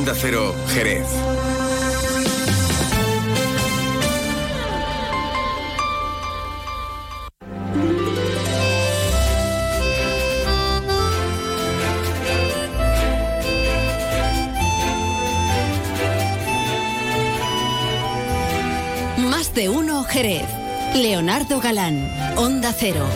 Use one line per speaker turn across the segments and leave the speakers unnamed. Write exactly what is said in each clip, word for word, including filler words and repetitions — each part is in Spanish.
Onda Cero, Jerez.
Más de uno Jerez. Leonardo Galán, Onda Cero.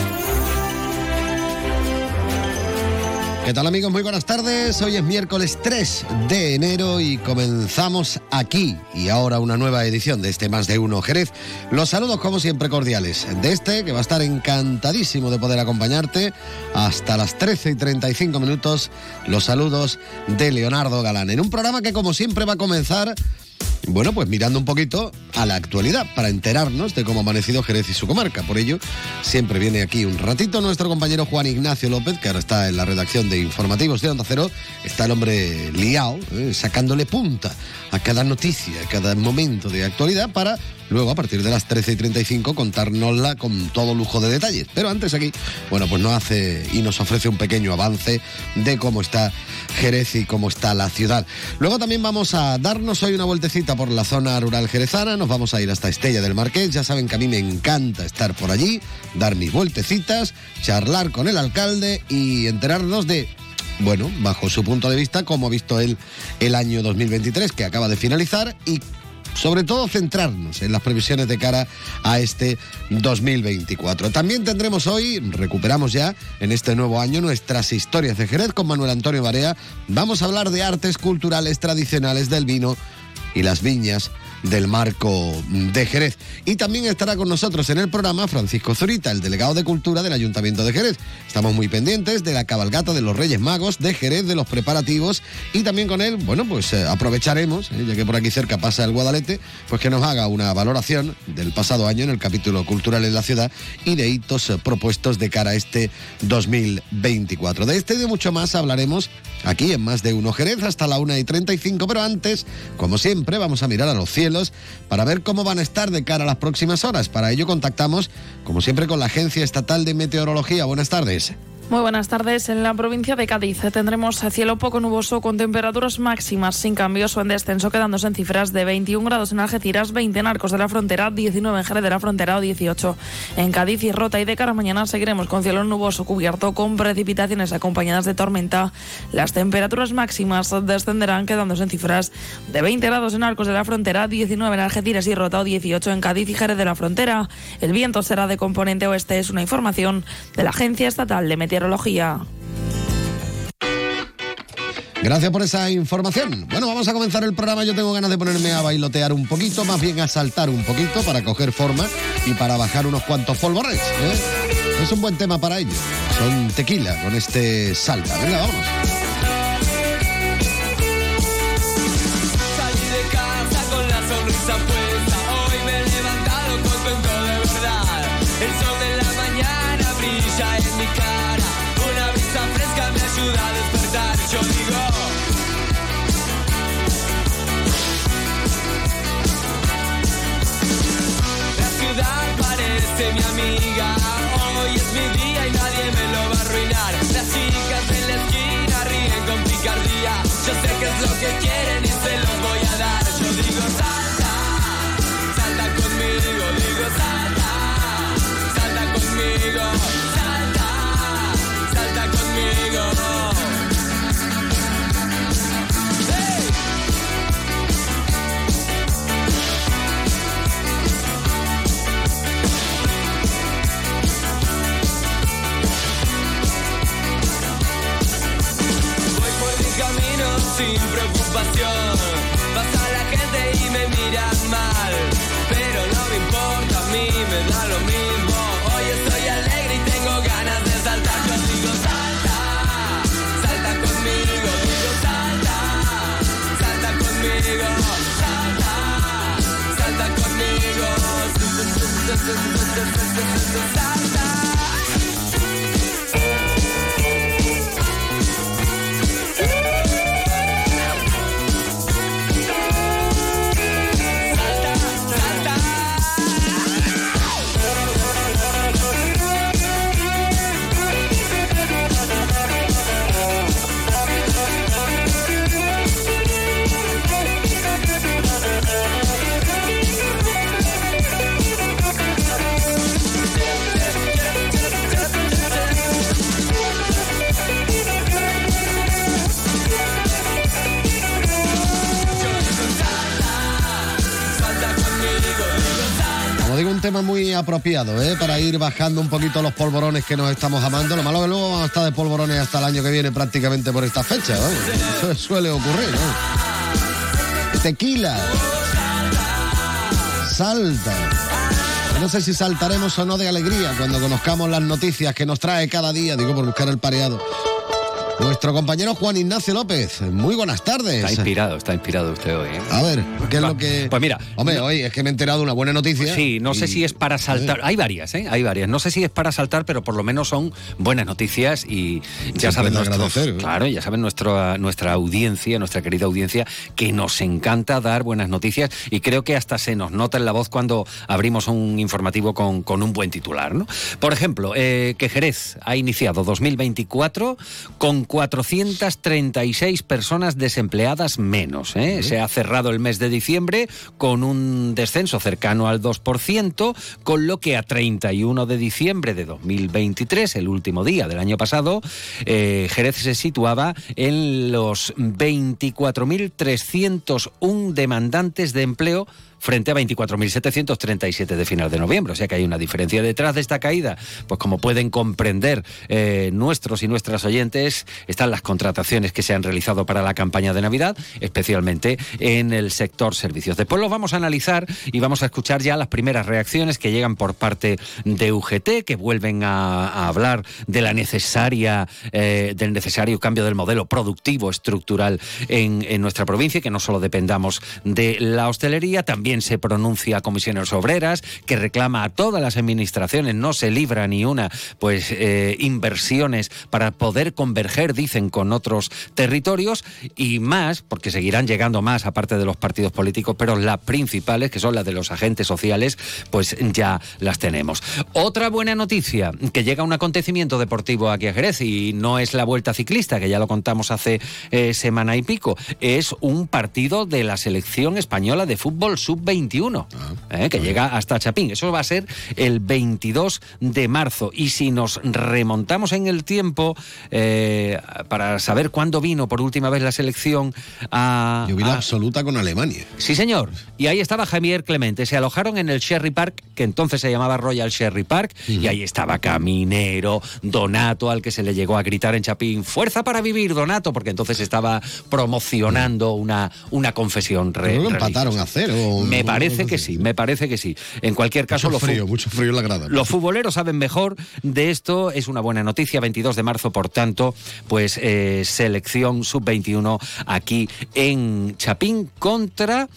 ¿Qué tal, amigos? Muy buenas tardes. Hoy es miércoles tres de enero y comenzamos aquí y ahora una nueva edición de este Más de Uno Jerez. Los saludos, como siempre, cordiales de este, que va a estar encantadísimo de poder acompañarte hasta las trece y treinta y cinco minutos. Los saludos de Leonardo Galán, en un programa que, como siempre, va a comenzar... Bueno, pues mirando un poquito a la actualidad para enterarnos de cómo ha amanecido Jerez y su comarca. Por ello, siempre viene aquí un ratito nuestro compañero Juan Ignacio López, que ahora está en la redacción de informativos de Onda Cero. Está el hombre liado, ¿eh? sacándole punta a cada noticia, a cada momento de actualidad para luego, a partir de las trece y treinta y cinco, contárnosla con todo lujo de detalles. Pero antes aquí, bueno, pues nos hace y nos ofrece un pequeño avance de cómo está Jerez y cómo está la ciudad. Luego también vamos a darnos hoy una vueltecita por la zona rural jerezana. Nos vamos a ir hasta Estella del Marqués. Ya saben que a mí me encanta estar por allí, dar mis vueltecitas, charlar con el alcalde y enterarnos de... Bueno, bajo su punto de vista, cómo ha visto él el año dos mil veintitrés, que acaba de finalizar, y sobre todo centrarnos en las previsiones de cara a este dos mil veinticuatro. También tendremos hoy, recuperamos ya en este nuevo año nuestras historias de Jerez con Manuel Antonio Barea. Vamos a hablar de artes culturales tradicionales del vino y las viñas del marco de Jerez. Y también estará con nosotros en el programa Francisco Zurita, el delegado de Cultura del Ayuntamiento de Jerez. Estamos muy pendientes de la cabalgata de los Reyes Magos de Jerez, de los preparativos, y también con él, bueno, pues eh, aprovecharemos, eh, ya que por aquí cerca pasa el Guadalete, pues que nos haga una valoración del pasado año en el capítulo cultural en la ciudad y de hitos eh, propuestos de cara a este dos mil veinticuatro. De este y de mucho más hablaremos aquí en Más de Uno Jerez hasta la una y treinta y cinco, pero antes, como siempre, vamos a mirar a los cielos para ver cómo van a estar de cara a las próximas horas. Para ello contactamos, como siempre, con la Agencia Estatal de Meteorología. Buenas tardes.
Muy buenas tardes. En la provincia de Cádiz tendremos cielo poco nuboso con temperaturas máximas sin cambios o en descenso, quedándose en cifras de veintiún grados en Algeciras, veinte en Arcos de la Frontera, diecinueve en Jerez de la Frontera o dieciocho en Cádiz y Rota. Y de cara a mañana seguiremos con cielo nuboso cubierto con precipitaciones acompañadas de tormenta. Las temperaturas máximas descenderán, quedándose en cifras de veinte grados en Arcos de la Frontera, diecinueve en Algeciras y Rota o dieciocho en Cádiz y Jerez de la Frontera. El viento será de componente oeste. Es una información de la Agencia Estatal de Meteorología.
Gracias por esa información. Bueno, vamos a comenzar el programa. Yo tengo ganas de ponerme a bailotear un poquito, más bien a saltar un poquito para coger forma y para bajar unos cuantos polvorres, ¿eh? Es un buen tema para ello. Son Tequila con este Salta. Venga, vámonos.
Salí de casa con la sonrisa puesta. Hoy me he levantado contento de verdad. El sol de la mañana brilla en mi cara. Una brisa fresca me ayuda a despertar. Yo digo, la ciudad parece mi amiga. Hoy es mi día y nadie me lo va a arruinar. Las chicas en la esquina ríen con picardía. Yo sé que es lo que quieren y se los voy a dar. Yo digo, salta, salta conmigo. Digo, salta, salta conmigo. Salta, salta conmigo. Hey. Voy por mi camino sin preocupación. Pasa la gente y me miran mal, pero no me importa, a mí me da lo mismo. Hoy estoy alegre y tengo ganas de saltar. Yo digo, salta, salta conmigo. Digo, salta, salta conmigo. Salta, salta conmigo. Salta. Salta,
un tema muy apropiado, ¿eh? Para ir bajando un poquito los polvorones que nos estamos amando. Lo malo es que luego vamos a estar de polvorones hasta el año que viene prácticamente por esta fecha, ¿no? Eso suele ocurrir, ¿no? Tequila. Salta. No sé si saltaremos o no de alegría cuando conozcamos las noticias que nos trae cada día, digo, por buscar el pareado, nuestro compañero Juan Ignacio López. Muy buenas tardes.
Está inspirado, está inspirado usted hoy, ¿eh?
A ver, ¿qué es
Va,
lo que...?
Pues mira...
Hombre,
no,
hoy es que me he enterado de una buena noticia.
Sí, no y... sé si es para saltar... Hay varias, ¿eh? Hay varias. No sé si es para saltar, pero por lo menos son buenas noticias y ya saben nuestros... ¿eh? Claro, ya saben nuestra, nuestra audiencia, nuestra querida audiencia, que nos encanta dar buenas noticias y creo que hasta se nos nota en la voz cuando abrimos un informativo con, con un buen titular, ¿no? Por ejemplo, eh, que Jerez ha iniciado dos mil veinticuatro con cuatrocientas treinta y seis personas desempleadas menos, ¿eh? Uh-huh. Se ha cerrado el mes de diciembre con un descenso cercano al dos por ciento, con lo que a treinta y uno de diciembre de dos mil veintitrés, el último día del año pasado, eh, Jerez se situaba en los veinticuatro mil trescientos uno demandantes de empleo frente a veinticuatro mil setecientos treinta y siete de final de noviembre. O sea que hay una diferencia detrás de esta caída. Pues como pueden comprender eh, nuestros y nuestras oyentes, están las contrataciones que se han realizado para la campaña de Navidad, especialmente en el sector servicios. Después los vamos a analizar y vamos a escuchar ya las primeras reacciones que llegan por parte de U G T, que vuelven a, a hablar de la necesaria, eh, del necesario cambio del modelo productivo estructural en, en nuestra provincia, que no solo dependamos de la hostelería. También se pronuncia Comisiones Obreras, que reclama a todas las administraciones, no se libra ni una, pues eh, inversiones para poder converger, dicen, con otros territorios y más, porque seguirán llegando más aparte de los partidos políticos, pero las principales, que son las de los agentes sociales, pues ya las tenemos. Otra buena noticia, que llega un acontecimiento deportivo aquí a Jerez y no es la Vuelta Ciclista, que ya lo contamos hace eh, semana y pico, es un partido de la selección española de fútbol sub veintiuno, ah, eh, que ah, llega hasta Chapín. Eso va a ser el veintidós de marzo. Y si nos remontamos en el tiempo, eh, para saber cuándo vino por última vez la selección a...
Yo vi la
a...
absoluta con Alemania.
Sí, señor. Y ahí estaba Javier Clemente. Se alojaron en el Sherry Park, que entonces se llamaba Royal Sherry Park, uh-huh. y ahí estaba Caminero, Donato, al que se le llegó a gritar en Chapín, ¡fuerza para vivir, Donato! Porque entonces estaba promocionando uh-huh. una, una confesión re-
Creo que empataron a cero.
Me parece que sí, me parece que sí. En cualquier caso,
mucho
los
frío, fu- mucho frío en la grada.
Los futboleros saben mejor de esto. Es una buena noticia. veintidós de marzo, por tanto, pues eh, selección sub veintiuno aquí en Chapín contra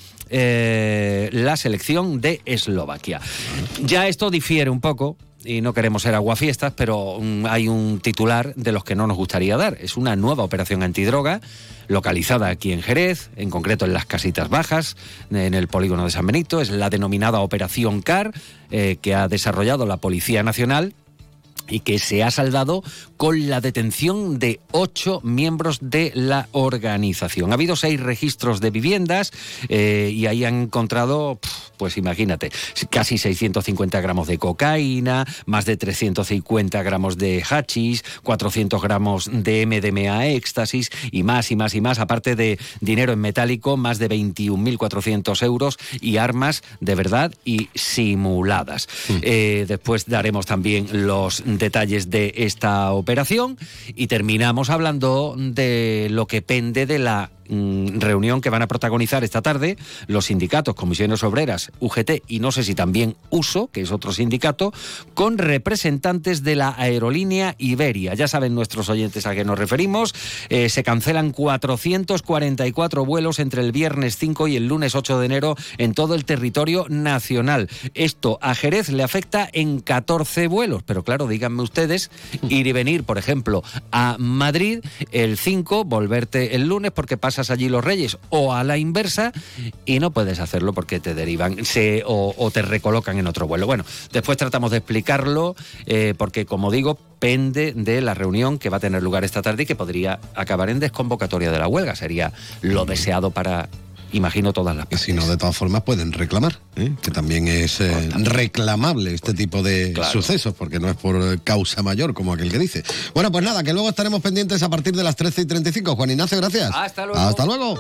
eh, la selección de Eslovaquia. Ya esto difiere un poco. Y no queremos ser aguafiestas, pero um, hay un titular de los que no nos gustaría dar. Es una nueva operación antidroga localizada aquí en Jerez, en concreto en las Casitas Bajas, en el polígono de San Benito. Es la denominada Operación C A R, eh, que ha desarrollado la Policía Nacional y que se ha saldado con la detención de ocho miembros de la organización. Ha habido seis registros de viviendas eh, y ahí han encontrado, pues imagínate, casi seiscientos cincuenta gramos de cocaína, más de trescientos cincuenta gramos de hachís, cuatrocientos gramos de M D M A éxtasis y más y más y más, aparte de dinero en metálico, más de veintiún mil cuatrocientos euros y armas de verdad y simuladas. Mm. Eh, después daremos también los detalles de esta operación y terminamos hablando de lo que pende de la reunión que van a protagonizar esta tarde los sindicatos, Comisiones Obreras, U G T y no sé si también U S O, que es otro sindicato, con representantes de la aerolínea Iberia. Ya saben nuestros oyentes a qué nos referimos. Eh, se cancelan cuatrocientos cuarenta y cuatro vuelos entre el viernes cinco y el lunes ocho de enero en todo el territorio nacional. Esto a Jerez le afecta en catorce vuelos, pero claro, díganme ustedes, ir y venir, por ejemplo, a Madrid el cinco, volverte el lunes porque pasa allí los Reyes, o a la inversa, y no puedes hacerlo porque te derivan se, o, o te recolocan en otro vuelo. Bueno, después tratamos de explicarlo, eh, porque como digo, pende de la reunión que va a tener lugar esta tarde y que podría acabar en desconvocatoria de la huelga. Sería lo deseado para, imagino, todas las partes.
Y si no, de todas formas pueden reclamar, ¿eh? Que también es eh, reclamable este tipo de claro. sucesos, porque no es por causa mayor, como aquel que dice. Bueno, pues nada, que luego estaremos pendientes a partir de las trece y treinta y cinco. Juan Ignacio, gracias.
Hasta luego.
Hasta luego.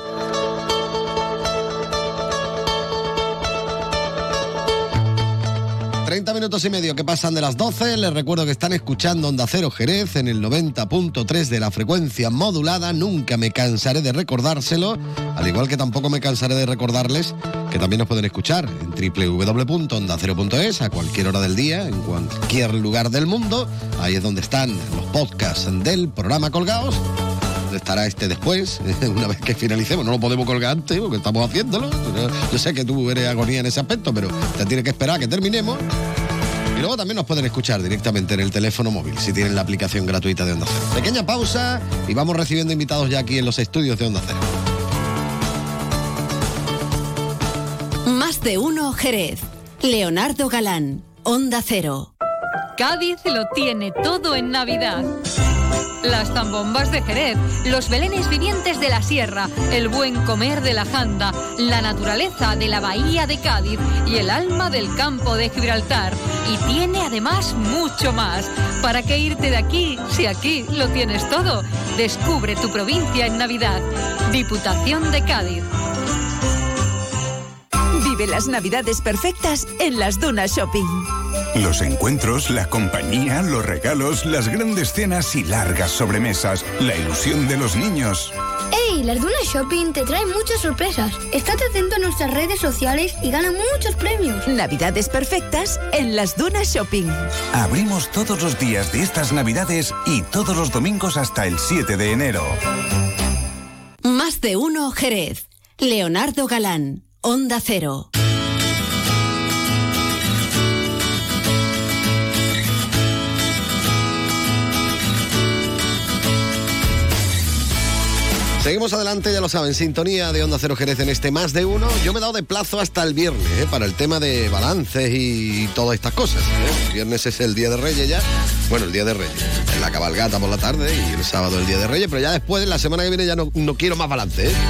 treinta minutos y medio que pasan de las doce. Les recuerdo que están escuchando Onda Cero Jerez en el noventa punto tres de la frecuencia modulada. Nunca me cansaré de recordárselo, al igual que tampoco me cansaré de recordarles que también nos pueden escuchar en doble u doble u doble u punto onda cero punto es a cualquier hora del día, en cualquier lugar del mundo. Ahí es donde están los podcasts del programa colgados. Estará este después, una vez que finalicemos. No lo podemos colgar antes porque estamos haciéndolo. Yo sé que tú eres agonía en ese aspecto, pero te tienes que esperar a que terminemos. Y luego también nos pueden escuchar directamente en el teléfono móvil, si tienen la aplicación gratuita de Onda Cero. Pequeña pausa y vamos recibiendo invitados ya aquí en los estudios de Onda Cero.
Más de uno Jerez. Leonardo Galán, Onda Cero.
Cádiz lo tiene todo en Navidad. Las zambombas de Jerez, los belenes vivientes de la sierra, el buen comer de la janda, la naturaleza de la bahía de Cádiz y el alma del campo de Gibraltar. Y tiene además mucho más. ¿Para qué irte de aquí si aquí lo tienes todo? Descubre tu provincia en Navidad. Diputación de Cádiz.
Vive las Navidades perfectas en Las Dunas Shopping.
Los encuentros, la compañía, los regalos, las grandes cenas y largas sobremesas, la ilusión de los niños.
¡Ey! Las Dunas Shopping te traen muchas sorpresas. Estate atento a nuestras redes sociales y gana muchos premios.
Navidades perfectas en Las Dunas Shopping.
Abrimos todos los días de estas Navidades y todos los domingos hasta el siete de enero.
Más de uno Jerez. Leonardo Galán, Onda Cero.
Seguimos adelante, ya lo saben, sintonía de Onda Cero Jerez en este Más de Uno. Yo me he dado de plazo hasta el viernes, ¿eh? Para el tema de balances y todas estas cosas, ¿eh? El viernes es el Día de Reyes ya. Bueno, el Día de Reyes. En la cabalgata por la tarde y el sábado el Día de Reyes, pero ya después, la semana que viene, ya no, no quiero más balance, ¿eh?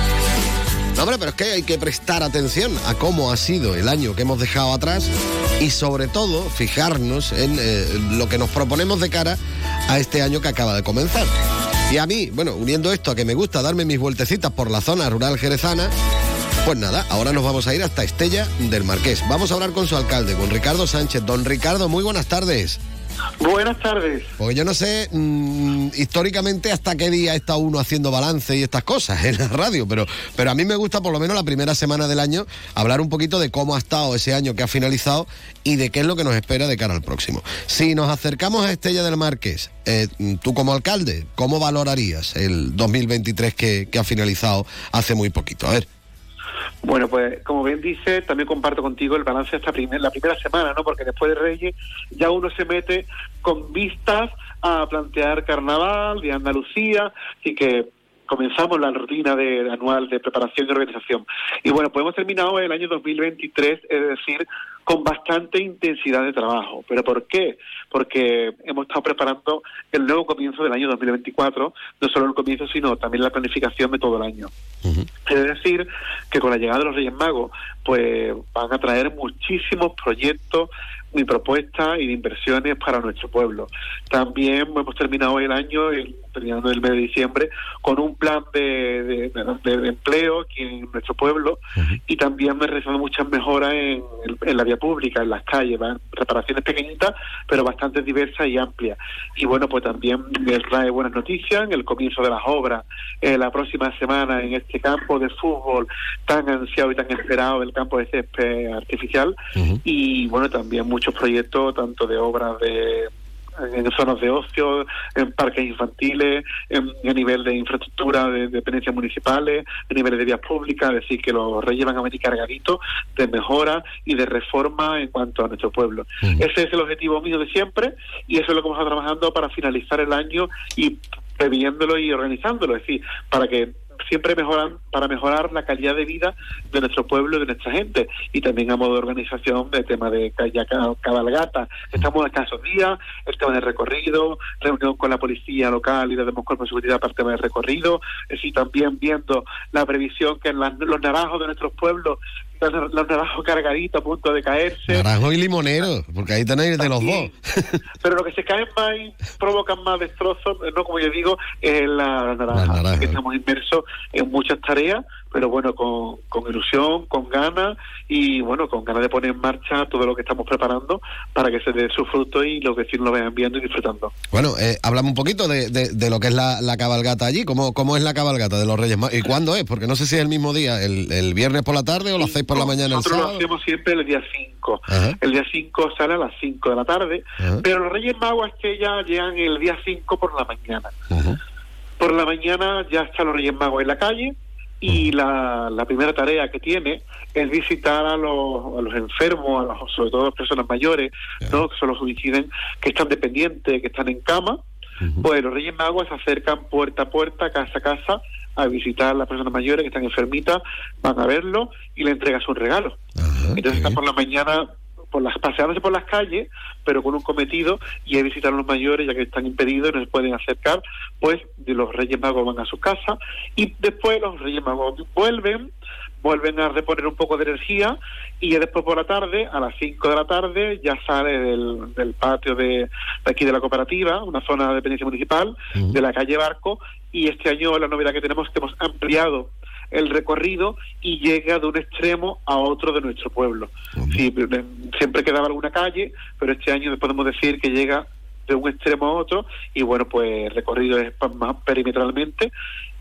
No, hombre, pero es que hay que prestar atención a cómo ha sido el año que hemos dejado atrás y sobre todo fijarnos en eh, lo que nos proponemos de cara a este año que acaba de comenzar. Y a mí, bueno, uniendo esto a que me gusta darme mis vueltecitas por la zona rural jerezana, pues nada, ahora nos vamos a ir hasta Estella del Marqués. Vamos a hablar con su alcalde, con Ricardo Sánchez. Don Ricardo, muy buenas tardes.
Buenas tardes.
Porque yo no sé mmm, históricamente hasta qué día está uno haciendo balance y estas cosas en la radio, pero, pero a mí me gusta por lo menos la primera semana del año hablar un poquito de cómo ha estado ese año que ha finalizado y de qué es lo que nos espera de cara al próximo. Si nos acercamos a Estella del Marqués, eh, tú como alcalde, ¿cómo valorarías el dos mil veintitrés que, que ha finalizado hace muy poquito? A ver.
Bueno, pues como bien dice, también comparto contigo el balance de esta primer, la primera semana, ¿no? Porque después de Reyes ya uno se mete con vistas a plantear Carnaval de Andalucía y que comenzamos la rutina de, de anual de preparación y organización. Y bueno, pues hemos terminado el año dos mil veintitrés, es decir, con bastante intensidad de trabajo. ¿Pero por qué? Porque hemos estado preparando el nuevo comienzo del año dos mil veinticuatro, no solo el comienzo, sino también la planificación de todo el año. Uh-huh. Es decir, que con la llegada de los Reyes Magos, pues van a traer muchísimos proyectos y propuestas y de inversiones para nuestro pueblo. También hemos terminado el año, el, terminando el mes de diciembre, con un plan de, de, de, de empleo aquí en nuestro pueblo. Uh-huh. Y también realizando muchas mejoras en, en la vía pública, en las calles, ¿verdad? Reparaciones pequeñitas, pero bastante diversas y amplias. Y bueno, pues también trae buenas noticias en el comienzo de las obras, eh, la próxima semana en este campo de fútbol tan ansiado y tan esperado, el campo de césped artificial. Uh-huh. Y bueno, también muchos proyectos, tanto de obras de en zonas de ocio, en parques infantiles, en, a nivel de infraestructura de dependencias municipales, a nivel de vías públicas, es decir, que los Reyes van a venir cargaditos de mejora y de reforma en cuanto a nuestro pueblo. Uh-huh. Ese es el objetivo mío de siempre y eso es lo que vamos a estar trabajando para finalizar el año y previéndolo y organizándolo, es decir, para que siempre mejoran, para mejorar la calidad de vida de nuestro pueblo y de nuestra gente, y también a modo de organización de tema de cabalgata. Estamos a escasos días, el tema del recorrido, reunión con la policía local y de Demos Cuerpo de Seguridad para el tema del recorrido, es decir, también viendo la previsión que en las, los naranjos de nuestros pueblos, los, los naranjos cargaditos a punto de caerse.
Naranjo y limonero, porque ahí tenéis de los dos.
Pero lo que se caen más y provocan más destrozos, no como yo digo, es la, la naranja. La naranja. Que estamos inmersos en muchas tareas pero bueno, con, con ilusión, con ganas y bueno, con ganas de poner en marcha todo lo que estamos preparando para que se dé su fruto y los vecinos lo vean viendo y disfrutando.
Bueno, eh, hablamos un poquito de, de, de lo que es la, la cabalgata allí. ¿Cómo, ¿Cómo es la cabalgata de los Reyes Magos? ¿Y cuándo es? Porque no sé si es el mismo día, el, el viernes por la tarde o lo hacéis por la mañana.
Nosotros
el
lo
sábado.
hacemos siempre el día cinco.
Ajá.
El día cinco sale a las cinco de la tarde,
Ajá.
pero los Reyes Magos es que ya llegan el día cinco por la mañana.
Ajá.
Por la mañana ya están los Reyes Magos en la calle y la, la primera tarea que tiene es visitar a los, a los enfermos, a los, sobre todo a las personas mayores, ¿no? Que son los que inciden, que están dependientes, que están en cama. Uh-huh. Pues los Reyes Magos se acercan puerta a puerta, casa a casa, a visitar a las personas mayores que están enfermitas, van a verlo y le entregan sus regalos. Uh-huh. Entonces están por la mañana por las paseándose por las calles, pero con un cometido, y es visitar a los mayores, ya que están impedidos y no se pueden acercar, pues de los Reyes Magos van a su casa, y después los Reyes Magos vuelven, vuelven a reponer un poco de energía, y ya después por la tarde, a las cinco de la tarde, ya sale del, del patio de, de aquí de la cooperativa, una zona de dependencia municipal, uh-huh. de la calle Barco, y este año la novedad que tenemos es que hemos ampliado el recorrido y llega de un extremo a otro de nuestro pueblo. Uh-huh. Sí, siempre quedaba alguna calle, pero este año podemos decir que llega de un extremo a otro, y bueno, pues el recorrido es más perimetralmente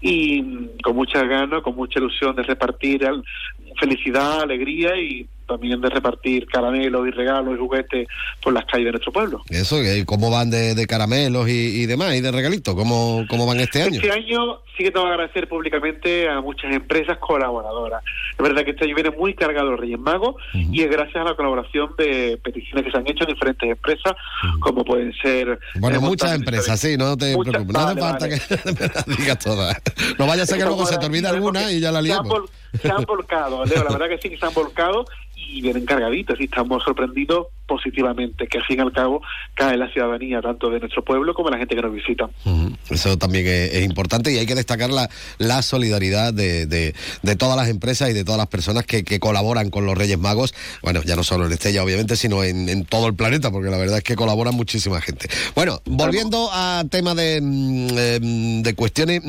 y con muchas ganas, con mucha ilusión de repartir felicidad, alegría y también de repartir caramelos y regalos y juguetes por las calles de nuestro pueblo.
Eso, ¿cómo van de, de caramelos y, y demás, y de regalitos? ¿Cómo, cómo van este año?
Este año sí que tengo que agradecer públicamente a muchas empresas colaboradoras. Es verdad que este año viene muy cargado los Reyes Magos, uh-huh. y es gracias a la colaboración de peticiones que se han hecho en diferentes empresas, uh-huh. como pueden ser...
Bueno, muchas empresas, sí, no te
muchas,
preocupes. No hace
vale,
falta
vale.
que me las digas todas. No vaya a ser que luego se te olvide alguna y ya la liamos.
Se han, vol- se han volcado, Leo, la verdad que sí que se han volcado y vienen cargaditos, y estamos sorprendidos positivamente, que al fin y al cabo cae la ciudadanía tanto de nuestro pueblo como la gente que nos visita.
Uh-huh. Eso también es, es importante, y hay que destacar la, la solidaridad de, de, de todas las empresas y de todas las personas que, que colaboran con los Reyes Magos, bueno, ya no solo en Estella obviamente, sino en, en todo el planeta, porque la verdad es que colaboran muchísima gente. Bueno, volviendo a tema de, de cuestiones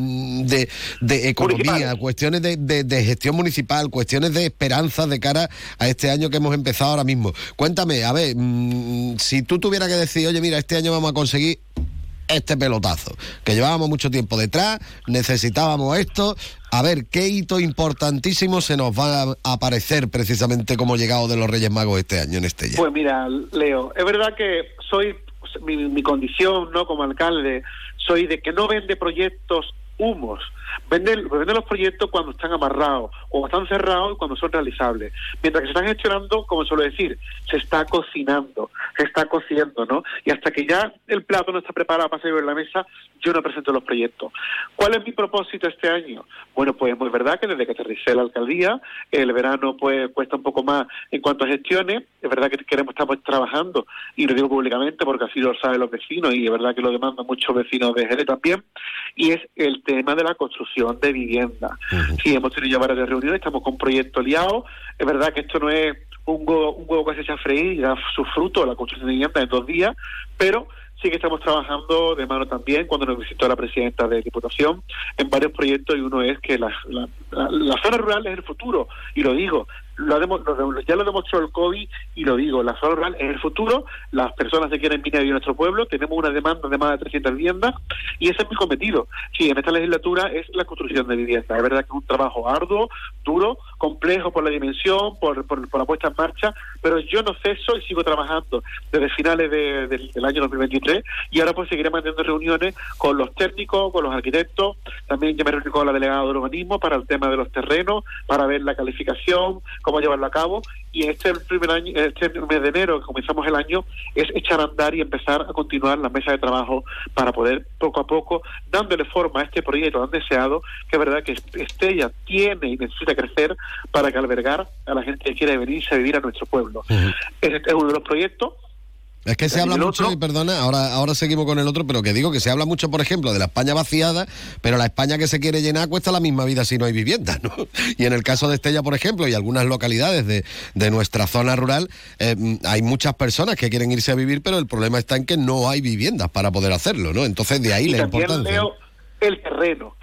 de, de economía, cuestiones de, de, de gestión municipal, cuestiones de esperanza de cara a este año que hemos empezado ahora mismo. Cuéntame, a ver, mmm, si tú tuvieras que decir, oye, mira, este año vamos a conseguir este pelotazo, que llevábamos mucho tiempo detrás, necesitábamos esto, a ver, ¿qué hito importantísimo se nos va a aparecer precisamente como llegado de los Reyes Magos este año en Estella?
Pues mira, Leo, es verdad que soy, mi, mi condición, ¿no?, como alcalde, soy de que no vende proyectos humos. Venden, venden los proyectos cuando están amarrados o están cerrados y cuando son realizables. Mientras que se están gestionando, como suelo decir, se está cocinando, se está cociendo, ¿no? Y hasta que ya el plato no está preparado para servir en la mesa, yo no presento los proyectos. ¿Cuál es mi propósito este año? Bueno, pues es verdad que desde que aterricé la alcaldía, el verano pues cuesta un poco más en cuanto a gestiones. Es verdad que queremos estar pues, trabajando, y lo digo públicamente porque así lo saben los vecinos, y es verdad que lo demandan muchos vecinos de Jerez también, y es el tema de la construcción de vivienda. Uh-huh. Sí, hemos tenido ya varias reuniones, estamos con proyectos liados. Es verdad que esto no es un huevo, un huevo que se echa a freír y da su fruto, la construcción de vivienda en dos días, pero sí que estamos trabajando de mano también, cuando nos visitó la presidenta de Diputación, en varios proyectos, y uno es que la, la, la, la zona rural es el futuro, y lo digo, lo, lo ya lo demostró el COVID, y lo digo, la zona rural es el futuro, las personas que quieren venir a vivir en nuestro pueblo, tenemos una demanda de más de trescientas viviendas, y ese es mi cometido. Sí, en esta legislatura es la construcción de vivienda. Es verdad que es un trabajo arduo, duro, complejo por la dimensión, por, por, por la puesta en marcha, pero yo no ceso y sigo trabajando desde finales de, de, del año dos mil veintitrés, y ahora pues seguiré manteniendo reuniones con los técnicos, con los arquitectos. También ya me reuní con la delegada de urbanismo para el tema de los terrenos, para ver la calificación, cómo llevarlo a cabo, y este primer año, este mes de enero que comenzamos el año, es echar a andar y empezar a continuar la mesa de trabajo para poder poco a poco, dándole forma a este proyecto tan deseado, que es verdad que Estella tiene y necesita crecer para que albergar a la gente que quiere venirse a vivir a nuestro pueblo. Uh-huh. Este es uno de los proyectos.
Es que se habla mucho, y perdona, ahora ahora seguimos con el otro, pero que digo que se habla mucho, por ejemplo, de la España vaciada, pero la España que se quiere llenar cuesta la misma vida si no hay vivienda, ¿no? Y en el caso de Estella, por ejemplo, y algunas localidades de, de nuestra zona rural, eh, hay muchas personas que quieren irse a vivir, pero el problema está en que no hay viviendas para poder hacerlo, ¿no? Entonces de ahí
y
la
también,
importancia.
Leo, el terreno.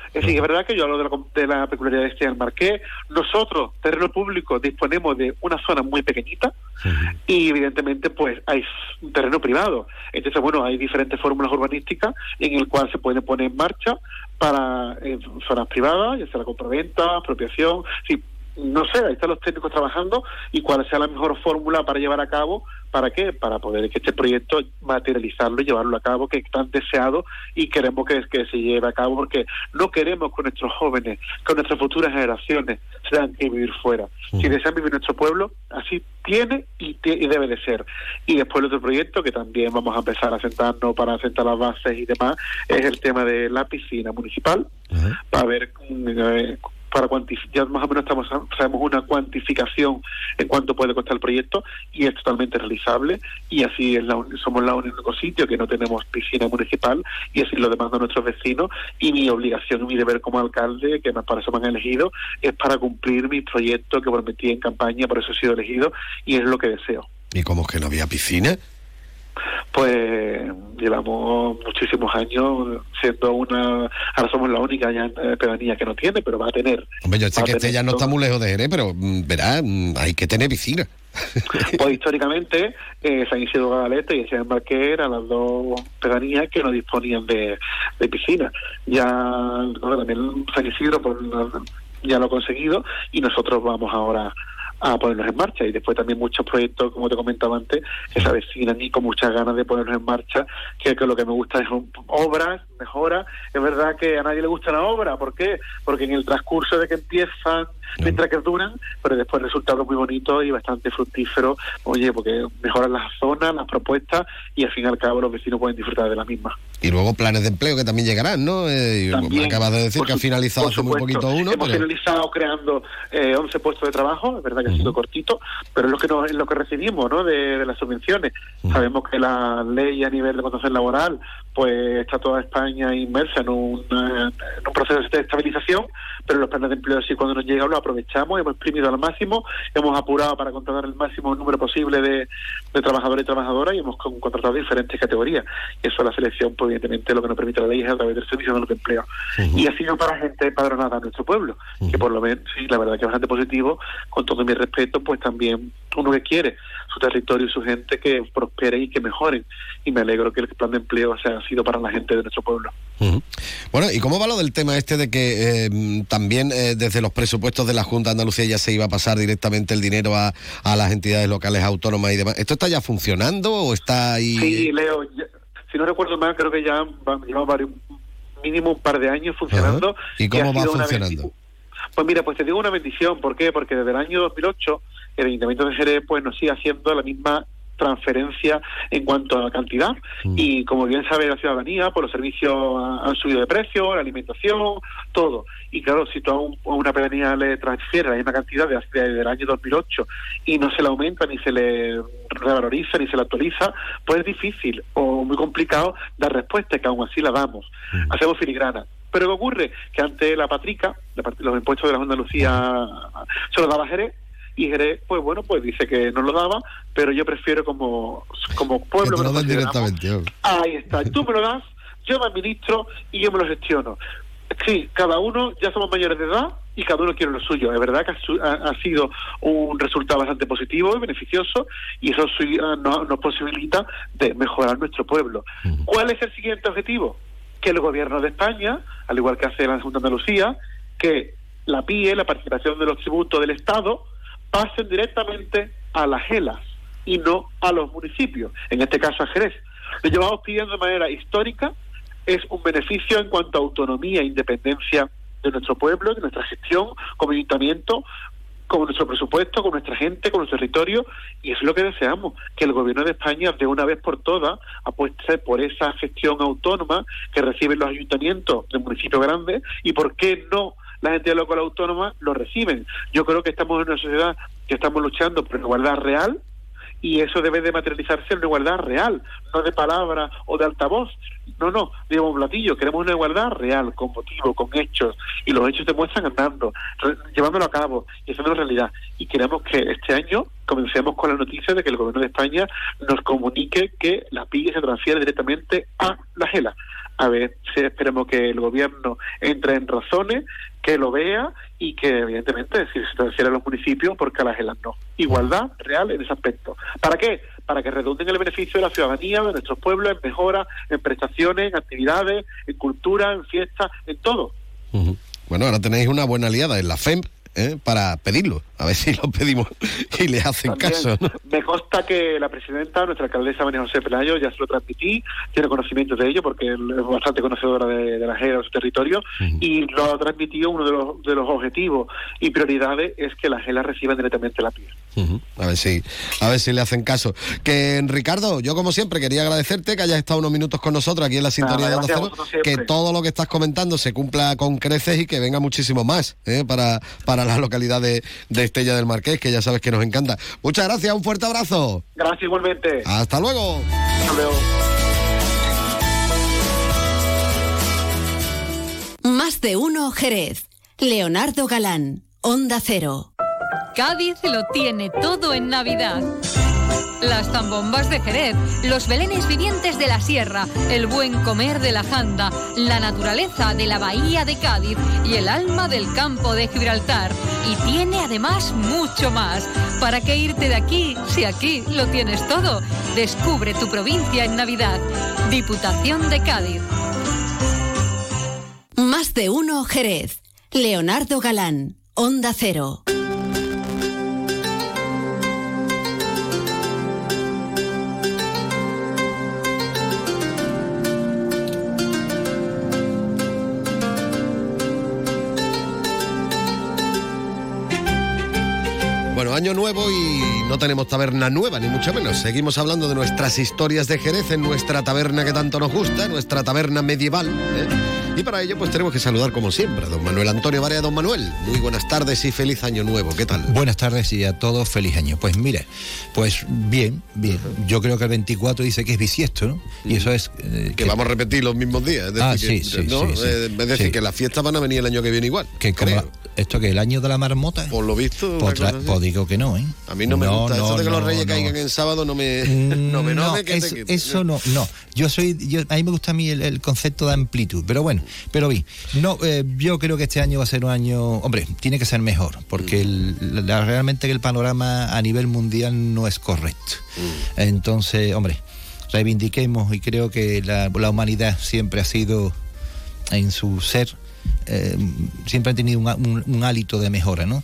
Es decir, es verdad que yo hablo de la, de la peculiaridad de este del Marqués. Nosotros, terreno público, disponemos de una zona muy pequeñita uh-huh. y evidentemente pues hay un terreno privado. Entonces, bueno, hay diferentes fórmulas urbanísticas en el cual se puede poner en marcha para eh, zonas privadas, ya sea la compraventa, apropiación, sí. No sé, ahí están los técnicos trabajando y cuál sea la mejor fórmula para llevar a cabo, ¿para qué? Para poder que este proyecto materializarlo y llevarlo a cabo, que es tan deseado y queremos que, que se lleve a cabo, porque no queremos que nuestros jóvenes, que nuestras futuras generaciones se tengan que vivir fuera. Uh-huh. Si desean vivir en nuestro pueblo, así tiene y, te, y debe de ser. Y después el otro proyecto, que también vamos a empezar a sentarnos para sentar las bases y demás, es el tema de la piscina municipal, uh-huh. para ver... Eh, para cuantificar, ya más o menos estamos sabemos una cuantificación en cuánto puede costar el proyecto y es totalmente realizable y así es la, somos el único sitio que no tenemos piscina municipal y así lo demandan nuestros vecinos y mi obligación y mi deber como alcalde, que para eso me han elegido, es para cumplir mi proyecto que prometí en campaña, por eso he sido elegido y es lo que deseo.
¿Y cómo es que no había piscina?
Pues llevamos muchísimos años siendo una... Ahora somos la única ya eh, pedanía que no tiene, pero va a tener.
Hombre, yo sé que este ya no
todo.
está muy lejos de Jerez, pero verá, hay que tener piscina.
Pues históricamente eh, San Isidro Galete y San Marqués eran las dos pedanías que no disponían de, de piscina. Ya bueno, también San Isidro pues, ya lo ha conseguido y nosotros vamos ahora a ponernos en marcha y después también muchos proyectos, como te comentaba antes, que se avecinan y con muchas ganas de ponernos en marcha, que, que lo que me gusta es obras, mejoras. Es verdad que a nadie le gusta la obra, ¿por qué? Porque en el transcurso de que empiezan, mientras que duran, pero después resultados muy bonitos y bastante fructíferos, oye, porque mejoran las zonas, las propuestas y al fin y al cabo los vecinos pueden disfrutar de la misma.
Y luego planes de empleo que también llegarán, ¿no? Eh,
también,
me acabas de decir que ha finalizado hace muy poquito uno.
Hemos
pero...
finalizado creando eh, once puestos de trabajo, es verdad que uh-huh. ha sido cortito, pero es lo que nos, es lo que recibimos, ¿no? De, de las subvenciones. Uh-huh. Sabemos que la ley a nivel de contratación laboral, pues está toda España inmersa en un, en un proceso de estabilización, pero los planes de empleo sí cuando nos llegan lo aprovechamos, hemos exprimido al máximo, hemos apurado para contratar el máximo número posible de, de trabajadores y trabajadoras y hemos contratado diferentes categorías. Y eso la selección, pues evidentemente lo que nos permite la ley es a través del Servicio de Empleo. Uh-huh. Y ha sido para gente empadronada en nuestro pueblo, uh-huh. que por lo menos, sí, la verdad que es bastante positivo, con todo mi respeto, pues también uno que quiere su territorio y su gente que prospere y que mejoren. Y me alegro que el plan de empleo sea, ha sido para la gente de nuestro pueblo.
Uh-huh. Bueno, ¿y cómo va lo del tema este de que eh, también eh, desde los presupuestos de la Junta de Andalucía ya se iba a pasar directamente el dinero a, a las entidades locales autónomas y demás? ¿Esto está ya funcionando o está ahí...?
Sí, Leo, ya, si no recuerdo mal, creo que ya llevamos varios, mínimo un par de años funcionando.
Uh-huh. ¿Y cómo va funcionando?
Pues mira, pues te digo una bendición. ¿Por qué? Porque desde el año dos mil ocho el Ayuntamiento de Jerez pues nos sigue haciendo la misma transferencia en cuanto a la cantidad mm. y como bien sabe la ciudadanía, pues los servicios han subido de precio, la alimentación, todo. Y claro, si tú a, un, a una pedanía le transfieres la misma cantidad de, de, del año dos mil ocho y no se le aumenta, ni se le revaloriza, ni se le actualiza, pues es difícil o muy complicado dar respuesta, que aún así la damos. Mm. Hacemos filigrana. Pero ¿qué ocurre? Que ante la patrica, los impuestos de la Junta de Andalucía se los daba Jerez, y Jerez, pues bueno, pues dice que no lo daba, pero yo prefiero como, como pueblo...
Que te lo den directamente. Oh.
Ahí está, tú me lo das, yo me administro y yo me lo gestiono. Sí, cada uno, ya somos mayores de edad y cada uno quiere lo suyo. Es verdad que ha, ha sido un resultado bastante positivo y beneficioso y eso nos, nos posibilita de mejorar nuestro pueblo. Uh-huh. ¿Cuál es el siguiente objetivo? Que el gobierno de España, al igual que hace la Junta de Andalucía, que la P I E, la participación de los tributos del Estado, pasen directamente a las E L As y no a los municipios, en este caso a Jerez. Lo llevamos pidiendo de manera histórica, es un beneficio en cuanto a autonomía e independencia de nuestro pueblo, de nuestra gestión como ayuntamiento, con nuestro presupuesto, con nuestra gente, con nuestro territorio, y eso es lo que deseamos, que el gobierno de España de una vez por todas apueste por esa gestión autónoma que reciben los ayuntamientos de municipios grandes, y por qué no las entidades locales autónomas lo reciben. Yo creo que estamos en una sociedad que estamos luchando por una igualdad real, y eso debe de materializarse en una igualdad real, no de palabra o de altavoz. No, no, digamos platillo, queremos una igualdad real, con motivo, con hechos, y los hechos demuestran andando, re- llevándolo a cabo y haciéndolo realidad. Y queremos que este año comencemos con la noticia de que el gobierno de España nos comunique que la P I E se transfiere directamente a la E L A, A ver, sí, esperemos que el gobierno entre en razones, que lo vea y que evidentemente si se transfiere a los municipios, porque a las Gelas no. Igualdad real en ese aspecto. ¿Para qué? Para que redunden el beneficio de la ciudadanía, de nuestros pueblos, en mejoras, en prestaciones, en actividades, en cultura, en fiestas, en todo.
Uh-huh. Bueno, ahora tenéis una buena aliada en la F E M, ¿eh? Para pedirlo, a ver si lo pedimos y le hacen
También,
caso, ¿no?
Me consta que la presidenta, nuestra alcaldesa María José Pelayo, ya se lo transmití, tiene conocimiento de ello porque es bastante conocedora de, de la Gela, de su territorio, uh-huh. y lo ha transmitido. Uno de los, de los objetivos y prioridades es que las Gelas reciban directamente la piel.
Uh-huh. A ver si, a ver si le hacen caso. Que Ricardo, yo como siempre quería agradecerte que hayas estado unos minutos con nosotros aquí en la sintonía
Nada,
de Onda Cero, que todo lo que estás comentando se cumpla con creces y que venga muchísimo más, ¿eh? para, para la localidad de, de Estella del Marqués, que ya sabes que nos encanta. Muchas gracias, un fuerte abrazo.
Gracias igualmente.
Hasta luego.
Hasta luego.
Más de uno Jerez. Leonardo Galán, Onda Cero.
Cádiz lo tiene todo en Navidad. Las zambombas de Jerez, los belenes vivientes de la sierra, el buen comer de la janda, la naturaleza de la bahía de Cádiz y el alma del campo de Gibraltar. Y tiene además mucho más. ¿Para qué irte de aquí si aquí lo tienes todo? Descubre tu provincia en Navidad. Diputación de Cádiz.
Más de uno Jerez. Leonardo Galán, Onda Cero.
Bueno, año nuevo y no tenemos taberna nueva, ni mucho menos. Seguimos hablando de nuestras historias de Jerez en nuestra taberna que tanto nos gusta, nuestra taberna medieval, ¿eh? Y para ello pues tenemos que saludar como siempre a don Manuel Antonio Barea. Don Manuel, muy buenas tardes y feliz año nuevo, ¿qué tal?
Buenas tardes y a todos feliz año. Pues mire, pues bien, bien. Yo creo que el veinticuatro dice que es bisiesto, ¿no? Y eso es... Eh,
que, que vamos a repetir los mismos días. Es decir,
ah,
que,
sí, sí,
¿no?
sí, sí.
Eh, es decir,
sí.
que las fiestas van a venir el año que viene igual.
Que como la, ¿esto que el año de la marmota?
Por lo visto.
Pues, la, pues digo que no, ¿eh?
A mí no me
no,
gusta.
No,
eso de que
no,
los reyes
no.
caigan en sábado no me... No, me, no,
no
me que
es,
te,
eso no, no. Yo soy... Yo, a mí me gusta a mí el, el concepto de amplitud. Pero bueno, pero vi. No, eh, yo creo que este año va a ser un año... Hombre, tiene que ser mejor. Porque el, la, realmente el panorama a nivel mundial no es correcto. Mm. Entonces, hombre, reivindiquemos y creo que la, la humanidad siempre ha sido en su ser... Eh, siempre han tenido un, un, un hálito de mejora, ¿no?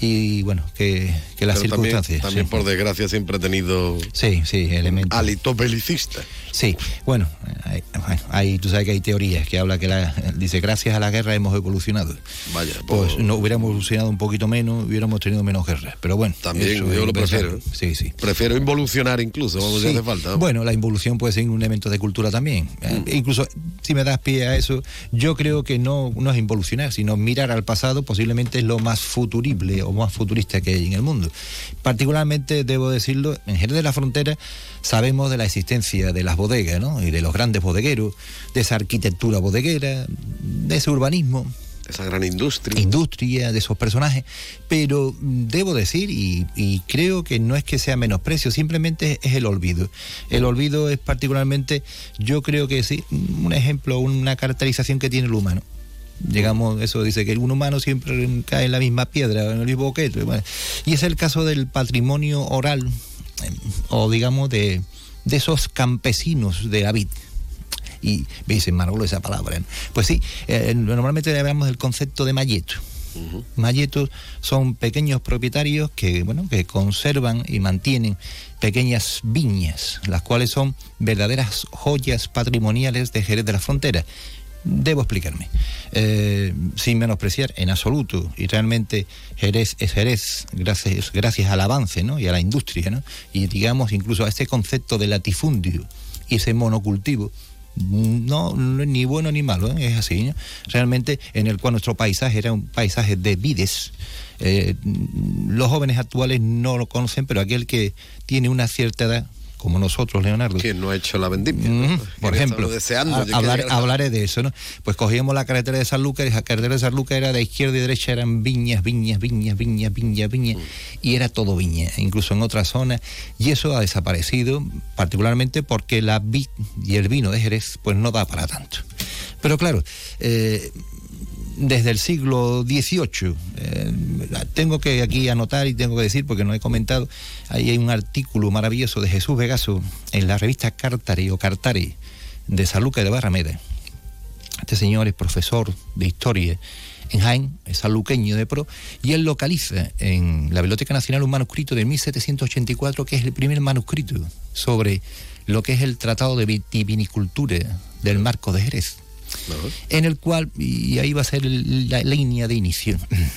Y bueno, que, que las
Pero
circunstancias...
También, también
sí.
por desgracia siempre ha tenido...
Sí, sí, elementos.
Hálito belicista.
Sí, bueno, hay, hay, tú sabes que hay teorías que habla que la, dice gracias a la guerra hemos evolucionado.
Vaya,
pues, pues no hubiéramos evolucionado un poquito menos, hubiéramos tenido menos guerras. Pero bueno,
también yo lo prefiero.
Sí, sí.
Prefiero involucionar incluso, vamos, sí. si hace falta. ¿no?
Bueno, la involución puede ser un elemento de cultura también. Mm. Eh, incluso si me das pie a eso, yo creo que no, no es involucionar, sino mirar al pasado. Posiblemente es lo más futurible o más futurista que hay en el mundo. Particularmente, debo decirlo, en Jerez de la Frontera sabemos de la existencia de las bodegas, ¿no? Y de los grandes bodegueros, de esa arquitectura bodeguera, de ese urbanismo.
Esa gran industria.
Industria, de esos personajes. Pero debo decir, y, y creo que no es que sea menosprecio, simplemente es el olvido. El olvido es particularmente, yo creo que sí, un ejemplo, una caracterización que tiene el humano. Llegamos, eso dice que un humano siempre cae en la misma piedra, en el mismo boquete. Bueno, y es el caso del patrimonio oral, o digamos de, de esos campesinos de la vid. Y me dicen, Manolo, esa palabra, ¿no? Pues sí, eh, normalmente hablamos del concepto de malleto. Uh-huh. Malletos son pequeños propietarios que, bueno, que conservan y mantienen pequeñas viñas, las cuales son verdaderas joyas patrimoniales de Jerez de la Frontera. Debo explicarme, eh, sin menospreciar en absoluto, y realmente Jerez es Jerez gracias, gracias al avance, ¿no? Y a la industria, ¿no? Y digamos incluso a este concepto de latifundio y ese monocultivo. No, no ni bueno ni malo, ¿eh? Es así, ¿no? Realmente en el cual nuestro paisaje era un paisaje de vides. Eh, los jóvenes actuales no lo conocen, pero aquel que tiene una cierta edad como nosotros, Leonardo.
¿Quién no ha hecho la vendimia?
Mm,
¿no?
por ejemplo,
deseando,
a, hablar, hablaré de eso, ¿no? Pues cogíamos la carretera de Sanlúcar, y la carretera de Sanlúcar era de izquierda y derecha, eran viñas, viñas, viñas, viñas, viñas, viñas, mm. y era todo viña, incluso en otras zonas, y eso ha desaparecido, particularmente porque la vid y el vino de Jerez, pues no da para tanto. Pero claro, eh, desde el siglo dieciocho, eh, tengo que aquí anotar y tengo que decir, porque no he comentado, ahí hay un artículo maravilloso de Jesús Vegaso en la revista Cártare o Cartare de Sanlúcar de Barrameda. Este señor es profesor de historia en Jaén, es sanluqueño de pro, y él localiza en la Biblioteca Nacional un manuscrito de mil setecientos ochenta y cuatro, que es el primer manuscrito sobre lo que es el Tratado de Vitivinicultura del Marco de Jerez. Uh-huh. En el cual, y ahí va a ser el, la línea de inicio,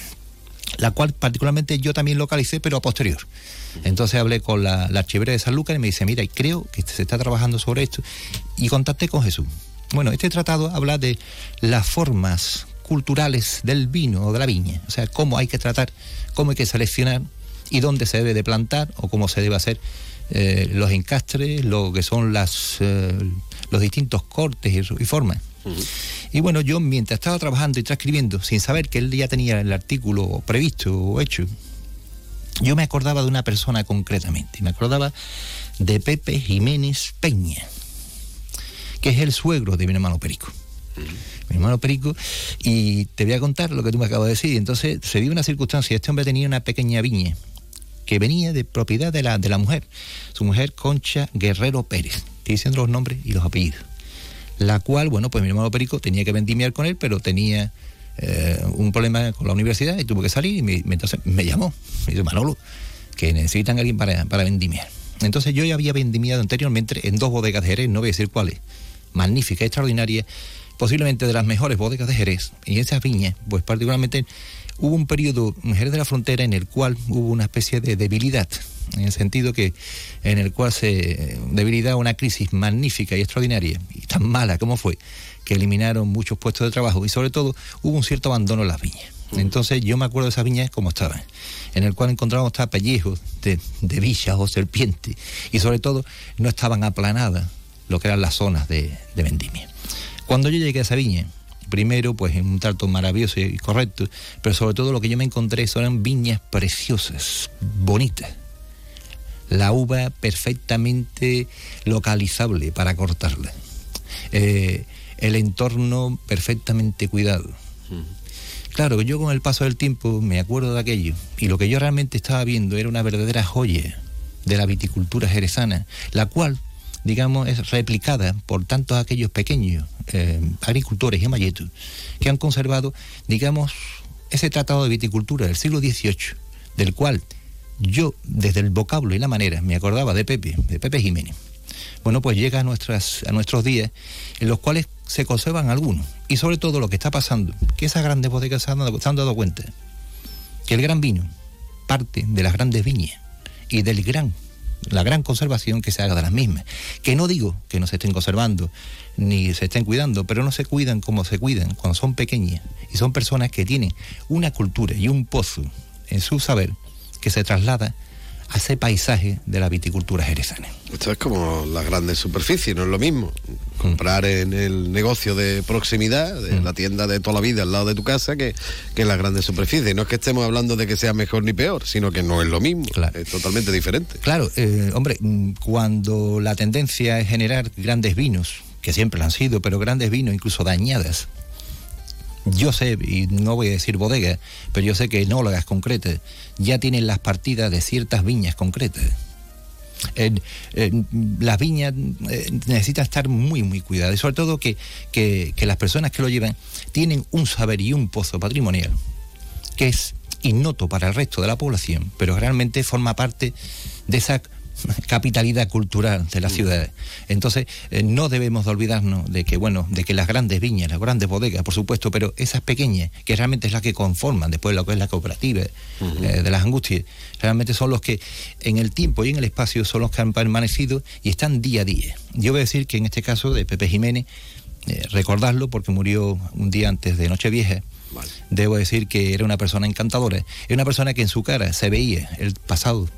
la cual particularmente yo también localicé, pero a posterior. Uh-huh. Entonces hablé con la, la archivera de Sanlúcar y me dice, mira, y creo que se está trabajando sobre esto, y contacté con Jesús. Bueno, este tratado habla de las formas culturales del vino o de la viña, o sea, cómo hay que tratar, cómo hay que seleccionar y dónde se debe de plantar o cómo se debe hacer eh, los encastres, lo que son las eh, los distintos cortes y, y formas. Uh-huh. Y bueno, yo mientras estaba trabajando y transcribiendo, sin saber que él ya tenía el artículo previsto o hecho, yo me acordaba de una persona concretamente, y me acordaba de Pepe Jiménez Peña, que es el suegro de mi hermano Perico. Uh-huh. Mi hermano Perico, y te voy a contar lo que tú me acabas de decir. Entonces se dio una circunstancia, este hombre tenía una pequeña viña que venía de propiedad de la, de la mujer, su mujer Concha Guerrero Pérez, estoy diciendo los nombres y los apellidos, la cual, bueno, pues mi hermano Perico tenía que vendimiar con él, pero tenía eh, un problema con la universidad y tuvo que salir, y me, entonces me llamó, me dice, Manolo, que necesitan a alguien para, para vendimiar. Entonces yo ya había vendimiado anteriormente en dos bodegas de Jerez, no voy a decir cuáles, magnífica, extraordinaria, posiblemente de las mejores bodegas de Jerez, y esas viñas, pues particularmente hubo un periodo en Jerez de la Frontera en el cual hubo una especie de debilidad, en el sentido que en el cual se debilidad una crisis magnífica y extraordinaria, y tan mala como fue, que eliminaron muchos puestos de trabajo, y sobre todo hubo un cierto abandono en las viñas. Entonces yo me acuerdo de esas viñas como estaban, en el cual encontrábamos hasta pellejos de, de villas o serpientes, y sobre todo no estaban aplanadas lo que eran las zonas de, de vendimia. Cuando yo llegué a esa viña, primero pues en un trato maravilloso y correcto, pero sobre todo lo que yo me encontré son viñas preciosas, bonitas, la uva perfectamente localizable para cortarla, eh, el entorno perfectamente cuidado. Uh-huh. Claro, yo con el paso del tiempo me acuerdo de aquello, y lo que yo realmente estaba viendo era una verdadera joya de la viticultura jerezana, la cual, digamos, es replicada por tantos aquellos pequeños eh, agricultores y amalletos que han conservado, digamos, ese tratado de viticultura del siglo dieciocho, del cual yo, desde el vocablo y la manera, me acordaba de Pepe, de Pepe Jiménez. Bueno, pues llega a, nuestras, a nuestros días, en los cuales se conservan algunos, y sobre todo lo que está pasando, que esas grandes bodegas se han dado, se han dado cuenta que el gran vino parte de las grandes viñas y del gran la gran conservación que se haga de las mismas, que no digo que no se estén conservando ni se estén cuidando, pero no se cuidan como se cuidan cuando son pequeñas, y son personas que tienen una cultura y un pozo en su saber que se traslada a ese paisaje de la viticultura jerezana.
Esto es como las grandes superficies, no es lo mismo comprar en el negocio de proximidad, de mm. la tienda de toda la vida al lado de tu casa, que, que en las grandes superficies. No es que estemos hablando de que sea mejor ni peor, sino que no es lo mismo, claro. Es totalmente diferente.
Claro, eh, hombre, cuando la tendencia es generar grandes vinos, que siempre lo han sido, pero grandes vinos incluso dañadas, yo sé, y no voy a decir bodega, pero yo sé que enólogas concretas ya tienen las partidas de ciertas viñas concretas. Eh, eh, las viñas eh, necesitan estar muy, muy cuidadas, y sobre todo que, que, que las personas que lo llevan tienen un saber y un pozo patrimonial que es ignoto para el resto de la población, pero realmente forma parte de esa capitalidad cultural de la ciudad. Entonces eh, no debemos de olvidarnos de que, bueno, de que las grandes viñas, las grandes bodegas, por supuesto, pero esas pequeñas, que realmente es la que conforman después lo que es la cooperativa uh-huh. eh, de las Angustias, realmente son los que en el tiempo y en el espacio son los que han permanecido y están día a día. Yo voy a decir que en este caso de Pepe Jiménez, eh, recordarlo porque murió un día antes de Nochevieja. Vale. Debo decir que era una persona encantadora, era una persona que en su cara se veía el pasado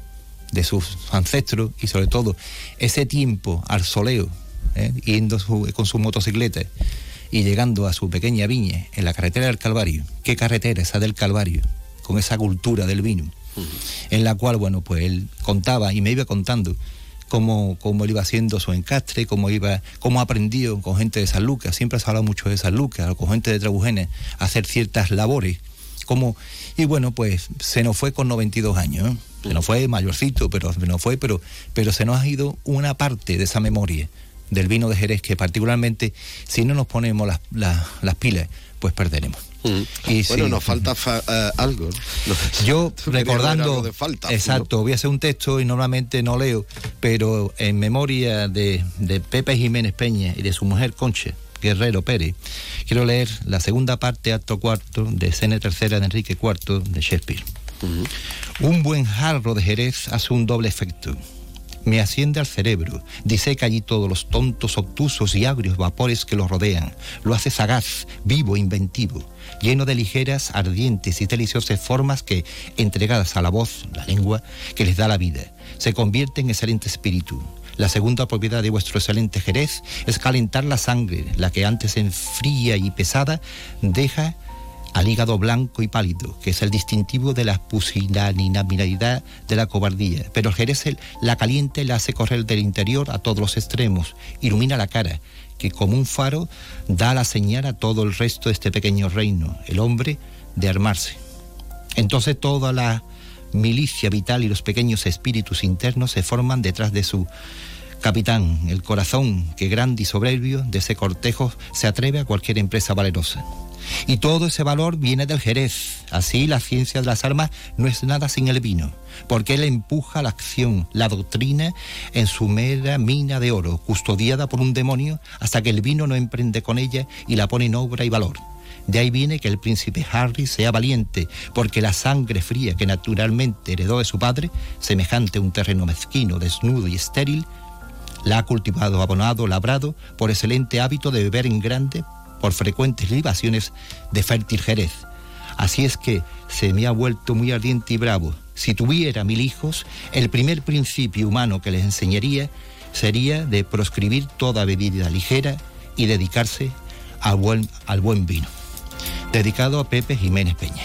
de sus ancestros y sobre todo ese tiempo al soleo, ¿eh? yendo su, con su motocicleta y llegando a su pequeña viña en la carretera del Calvario. ¿Qué carretera esa del Calvario? Con esa cultura del vino, uh-huh. en la cual, bueno, pues él contaba y me iba contando cómo, cómo él iba haciendo su encastre, cómo iba, cómo aprendió con gente de San Lucas, siempre se ha hablado mucho de San Lucas, con gente de Trebujena, a hacer ciertas labores, como, y bueno, pues se nos fue con noventa y dos años, ¿eh? Se nos fue mayorcito, pero se nos fue, pero, pero se nos ha ido una parte de esa memoria del vino de Jerez que particularmente, si no nos ponemos las, las, las pilas, pues perderemos.
Mm. Y bueno, si, nos falta fa, uh, algo. ¿No?
Yo recordando, de falta, exacto, ¿no? Voy a hacer un texto y normalmente no leo, pero en memoria de, de Pepe Jiménez Peña y de su mujer Concha Guerrero Pérez, quiero leer la segunda parte, acto cuarto, de escena tercera de Enrique cuarto de Shakespeare. Uh-huh. Un buen jarro de Jerez hace un doble efecto. Me asciende al cerebro, diseca allí todos los tontos, obtusos y agrios vapores que lo rodean. Lo hace sagaz, vivo, inventivo, lleno de ligeras, ardientes y deliciosas formas que, entregadas a la voz, la lengua, que les da la vida, se convierten en excelente espíritu. La segunda propiedad de vuestro excelente Jerez es calentar la sangre, la que antes en fría y pesada deja al hígado blanco y pálido, que es el distintivo de la pusilanimidad de la cobardía. Pero el Jerez la caliente la hace correr del interior a todos los extremos, ilumina la cara, que como un faro da la señal a todo el resto de este pequeño reino, el hombre, de armarse. Entonces toda la milicia vital y los pequeños espíritus internos se forman detrás de su capitán, el corazón que grande y soberbio de ese cortejo se atreve a cualquier empresa valerosa. Y todo ese valor viene del Jerez. Así la ciencia de las armas no es nada sin el vino, porque él empuja la acción, la doctrina en su mera mina de oro, custodiada por un demonio, hasta que el vino no emprende con ella y la pone en obra y valor. De ahí viene que el príncipe Harry sea valiente, porque la sangre fría que naturalmente heredó de su padre, semejante a un terreno mezquino, desnudo y estéril, la ha cultivado, abonado, labrado, por excelente hábito de beber en grande, por frecuentes libaciones de fértil Jerez. Así es que se me ha vuelto muy ardiente y bravo. Si tuviera mil hijos, el primer principio humano que les enseñaría sería de proscribir toda bebida ligera y dedicarse al buen, al buen vino. Dedicado a Pepe Jiménez Peña.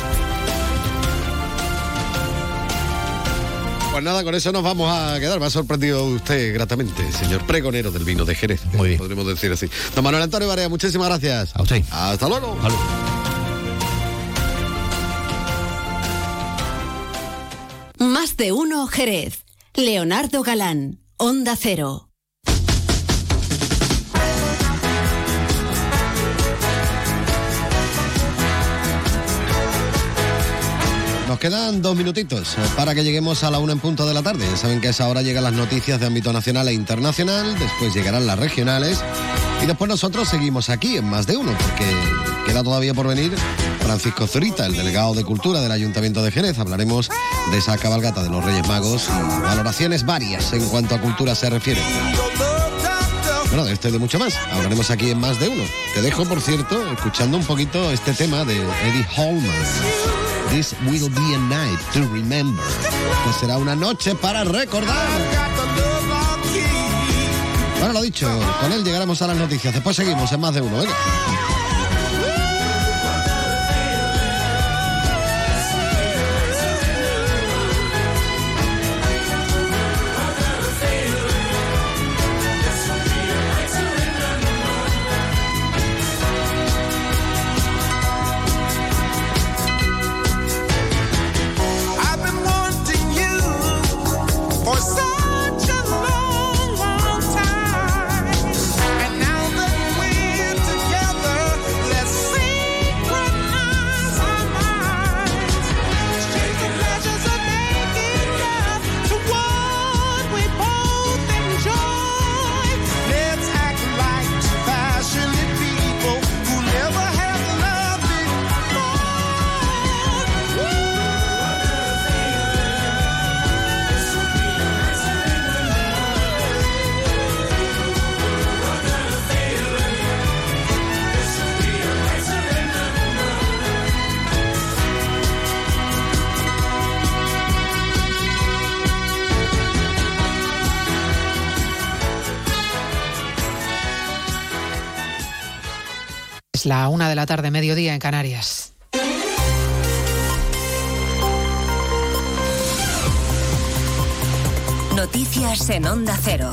Pues nada, con eso nos vamos a quedar. Me ha sorprendido usted gratamente, señor pregonero del vino de Jerez.
Muy bien.
Podríamos decir así. Don Manuel Antonio Barea, muchísimas gracias.
A usted.
Hasta luego.
Hasta luego.
Más de uno Jerez. Leonardo Galán, Onda Cero.
Nos quedan dos minutitos para que lleguemos a la una en punto de la tarde. Ya saben que a esa hora llegan las noticias de ámbito nacional e internacional, después llegarán las regionales y después nosotros seguimos aquí en Más de Uno, porque queda todavía por venir Francisco Zurita, el delegado de Cultura del Ayuntamiento de Jerez. Hablaremos de esa cabalgata de los Reyes Magos y valoraciones varias en cuanto a cultura se refiere. Bueno, de esto y de mucho más hablaremos aquí en Más de Uno. Te dejo, por cierto, escuchando un poquito este tema de Eddie Holman. This will be a night to remember. Que será una noche para recordar. Bueno, lo dicho, con él llegaremos a las noticias. Después seguimos en Más de Uno. Venga.
Together Es la una de la tarde, mediodía en Canarias.
Noticias en Onda Cero.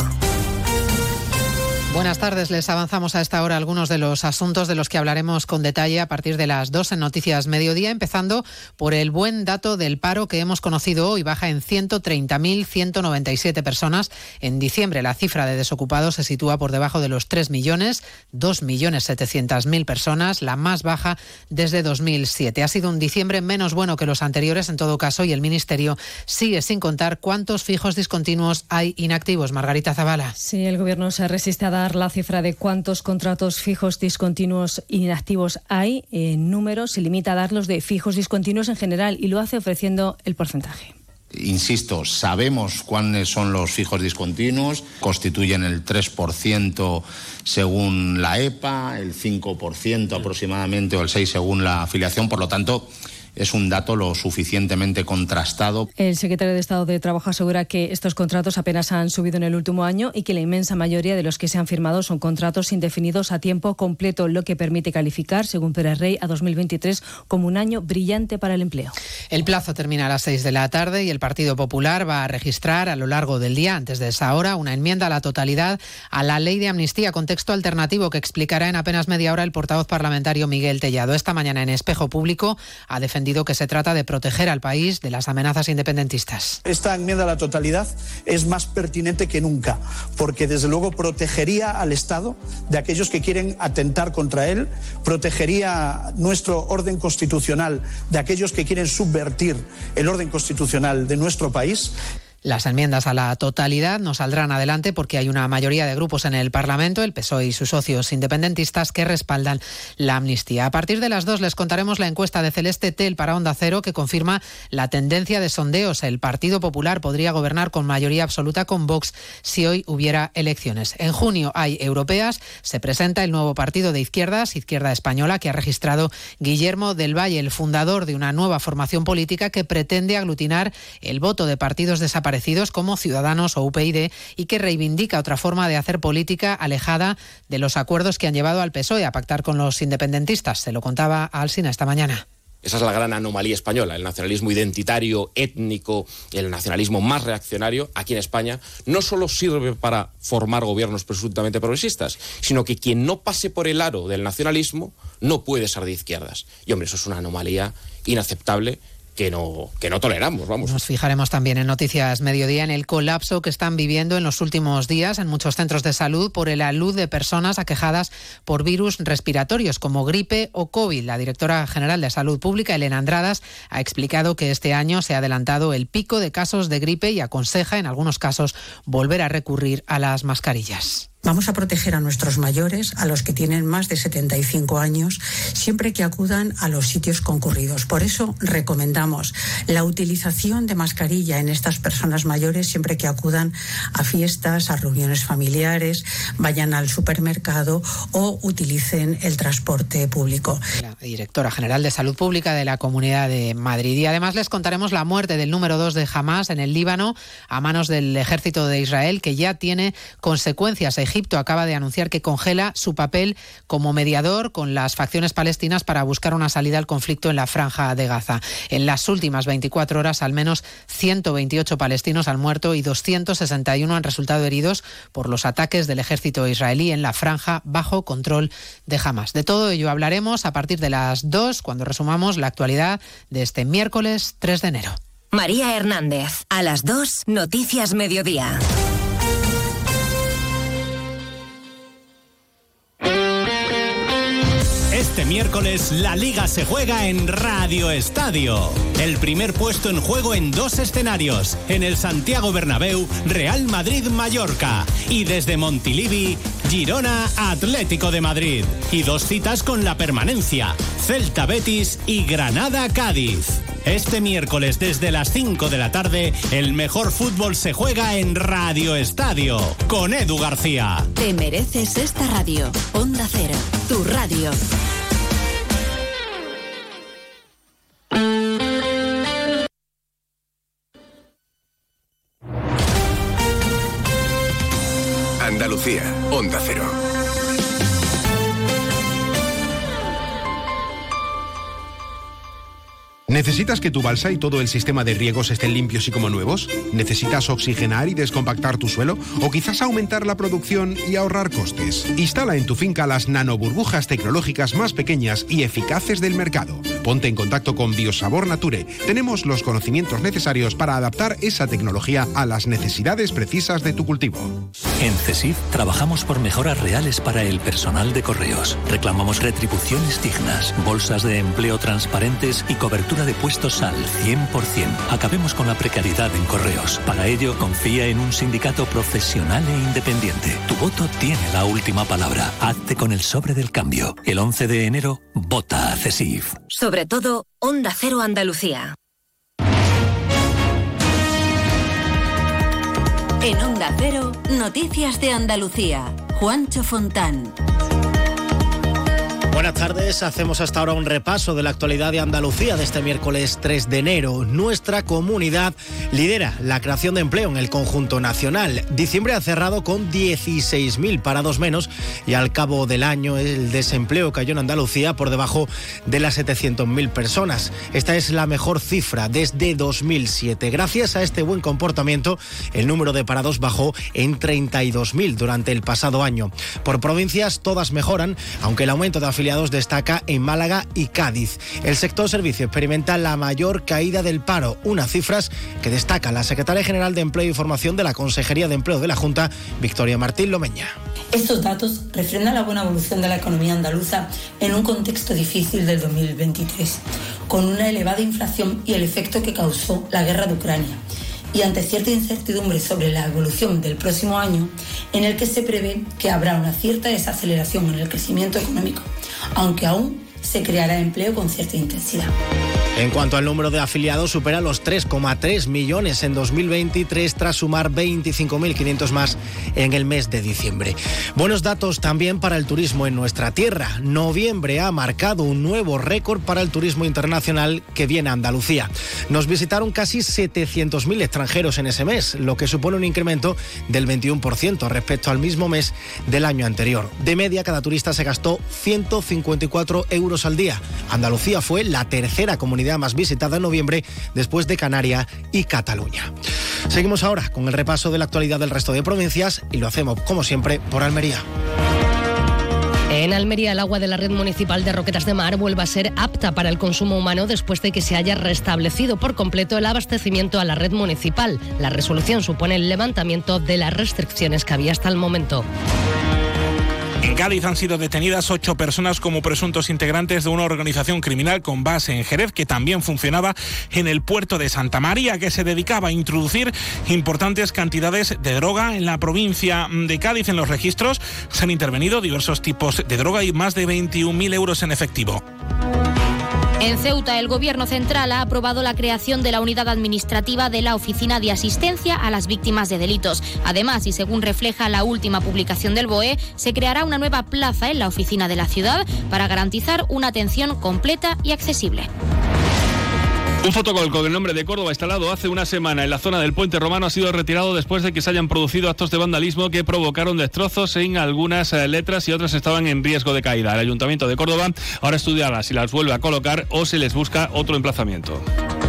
Buenas tardes, les avanzamos a esta hora algunos de los asuntos de los que hablaremos con detalle a partir de las dos en Noticias Mediodía, empezando por el buen dato del paro que hemos conocido hoy. Baja en ciento treinta mil ciento noventa y siete personas. En diciembre la cifra de desocupados se sitúa por debajo de los tres millones, dos millones setecientas mil personas, la más baja desde dos mil siete. Ha sido un diciembre menos bueno que los anteriores en todo caso y el Ministerio sigue sin contar cuántos fijos discontinuos hay inactivos. Margarita Zavala.
Sí, el Gobierno se resiste a dar la cifra de cuántos contratos fijos discontinuos inactivos hay en números, se limita a dar los de fijos discontinuos en general y lo hace ofreciendo el porcentaje.
Insisto, sabemos cuáles son los fijos discontinuos, constituyen el tres por ciento según la E P A, el cinco por ciento aproximadamente o el seis por ciento según la afiliación, por lo tanto es un dato lo suficientemente contrastado.
El secretario de Estado de Trabajo asegura que estos contratos apenas han subido en el último año y que la inmensa mayoría de los que se han firmado son contratos indefinidos a tiempo completo, lo que permite calificar, según Pérez Rey, a dos mil veintitrés como un año brillante para el empleo.
El plazo termina a las seis de la tarde y el Partido Popular va a registrar a lo largo del día, antes de esa hora, una enmienda a la totalidad a la ley de amnistía con texto alternativo que explicará en apenas media hora el portavoz parlamentario Miguel Tellado. Esta mañana en Espejo Público ha defendido que se trata de proteger al país de las amenazas independentistas.
Esta enmienda a la totalidad es más pertinente que nunca, porque desde luego protegería al Estado de aquellos que quieren atentar contra él, protegería nuestro orden constitucional de aquellos que quieren subvertir el orden constitucional de nuestro país.
Las enmiendas a la totalidad no saldrán adelante porque hay una mayoría de grupos en el Parlamento, el P S O E y sus socios independentistas, que respaldan la amnistía. A partir de las dos les contaremos la encuesta de Celeste Tel para Onda Cero que confirma la tendencia de sondeos. El Partido Popular podría gobernar con mayoría absoluta con Vox si hoy hubiera elecciones. En junio hay europeas, se presenta el nuevo partido de izquierdas, Izquierda Española, que ha registrado Guillermo del Valle, el fundador de una nueva formación política que pretende aglutinar el voto de partidos desaparecidos como Ciudadanos o U P YD y que reivindica otra forma de hacer política alejada de los acuerdos que han llevado al P S O E a pactar con los independentistas. Se lo contaba a Alsina esta mañana.
Esa es la gran anomalía española, el nacionalismo identitario, étnico, el nacionalismo más reaccionario aquí en España no solo sirve para formar gobiernos presuntamente progresistas, sino que quien no pase por el aro del nacionalismo no puede ser de izquierdas. Y hombre, eso es una anomalía inaceptable que no, que no toleramos, vamos.
Nos fijaremos también en Noticias Mediodía en el colapso que están viviendo en los últimos días en muchos centros de salud por el alud de personas aquejadas por virus respiratorios como gripe o COVID. La directora general de Salud Pública, Elena Andradas, ha explicado que este año se ha adelantado el pico de casos de gripe y aconseja en algunos casos volver a recurrir a las mascarillas.
Vamos a proteger a nuestros mayores, a los que tienen más de setenta y cinco años, siempre que acudan a los sitios concurridos. Por eso recomendamos la utilización de mascarilla en estas personas mayores siempre que acudan a fiestas, a reuniones familiares, vayan al supermercado o utilicen el transporte público.
La directora general de Salud Pública de la Comunidad de Madrid. Y además les contaremos la muerte del número dos de Hamás en el Líbano a manos del ejército de Israel, que ya tiene consecuencias. Egipto acaba de anunciar que congela su papel como mediador con las facciones palestinas para buscar una salida al conflicto en la Franja de Gaza. En las últimas veinticuatro horas, al menos ciento veintiocho palestinos han muerto y doscientos sesenta y uno han resultado heridos por los ataques del ejército israelí en la Franja bajo control de Hamás. De todo ello hablaremos a partir de las dos, cuando resumamos la actualidad de este miércoles tres de enero.
María Hernández, a las dos, Noticias Mediodía.
Este miércoles la Liga se juega en Radio Estadio. El primer puesto en juego en dos escenarios, en el Santiago Bernabéu, Real Madrid-Mallorca, y desde Montilivi, Girona Atlético de Madrid. Y dos citas con la permanencia, Celta Betis y Granada Cádiz. Este miércoles desde las cinco de la tarde, el mejor fútbol se juega en Radio Estadio, con Edu García.
Te mereces esta radio. Onda Cero, tu radio.
Andalucía, Onda Cero.
¿Necesitas que tu balsa y todo el sistema de riegos estén limpios y como nuevos? ¿Necesitas oxigenar y descompactar tu suelo? ¿O quizás aumentar la producción y ahorrar costes? Instala en tu finca las nanoburbujas tecnológicas más pequeñas y eficaces del mercado. Ponte en contacto con Biosabor Nature. Tenemos los conocimientos necesarios para adaptar esa tecnología a las necesidades precisas de tu cultivo.
En CESIF trabajamos por mejoras reales para el personal de correos. Reclamamos retribuciones dignas, bolsas de empleo transparentes y cobertura de puestos al cien por ciento. Acabemos con la precariedad en correos. Para ello, confía en un sindicato profesional e independiente. Tu voto tiene la última palabra. Hazte con el sobre del cambio. El once de enero, vota a CESIF.
Sobre todo, Onda Cero Andalucía.
En Onda Cero, Noticias de Andalucía. Juancho Fontán.
Buenas tardes, hacemos hasta ahora un repaso de la actualidad de Andalucía de este miércoles tres de enero. Nuestra comunidad lidera la creación de empleo en el conjunto nacional. Diciembre ha cerrado con dieciséis mil parados menos y al cabo del año el desempleo cayó en Andalucía por debajo de las setecientas mil personas. Esta es la mejor cifra desde dos mil siete. Gracias a este buen comportamiento, el número de parados bajó en treinta y dos mil durante el pasado año. Por provincias todas mejoran, aunque el aumento de afiliados destaca en Málaga y Cádiz. El sector servicio experimenta la mayor caída del paro, unas cifras que destaca la secretaria general de Empleo y Formación de la Consejería de Empleo de la Junta, Victoria Martín Lomeña.
Estos datos refrendan la buena evolución de la economía andaluza en un contexto difícil del dos mil veintitrés, con una elevada inflación y el efecto que causó la guerra de Ucrania, y ante cierta incertidumbre sobre la evolución del próximo año, en el que se prevé que habrá una cierta desaceleración en el crecimiento económico, aunque aún se creará empleo con cierta intensidad.
En cuanto al número de afiliados, supera los tres coma tres millones en dos mil veintitrés tras sumar veinticinco mil quinientos más en el mes de diciembre. Buenos datos también para el turismo en nuestra tierra. Noviembre ha marcado un nuevo récord para el turismo internacional que viene a Andalucía. Nos visitaron casi setecientos mil extranjeros en ese mes, lo que supone un incremento del veintiuno por ciento respecto al mismo mes del año anterior. De media, cada turista se gastó ciento cincuenta y cuatro euros al día. Andalucía fue la tercera comunidad más visitada en noviembre después de Canarias y Cataluña. Seguimos ahora con el repaso de la actualidad del resto de provincias y lo hacemos, como siempre, por Almería.
En Almería, el agua de la red municipal de Roquetas de Mar vuelve a ser apta para el consumo humano después de que se haya restablecido por completo el abastecimiento a la red municipal. La resolución supone el levantamiento de las restricciones que había hasta el momento.
En Cádiz han sido detenidas ocho personas como presuntos integrantes de una organización criminal con base en Jerez que también funcionaba en el puerto de Santa María, que se dedicaba a introducir importantes cantidades de droga en la provincia de Cádiz. En los registros se han intervenido diversos tipos de droga y más de veintiún mil euros en efectivo.
En Ceuta, el Gobierno central ha aprobado la creación de la unidad administrativa de la Oficina de Asistencia a las Víctimas de Delitos. Además, y según refleja la última publicación del B O E, se creará una nueva plaza en la oficina de la ciudad para garantizar una atención completa y accesible.
Un fotocol con el nombre de Córdoba instalado hace una semana en la zona del Puente Romano ha sido retirado después de que se hayan producido actos de vandalismo que provocaron destrozos en algunas letras y otras estaban en riesgo de caída. El Ayuntamiento de Córdoba ahora estudiará si las vuelve a colocar o se les busca otro emplazamiento.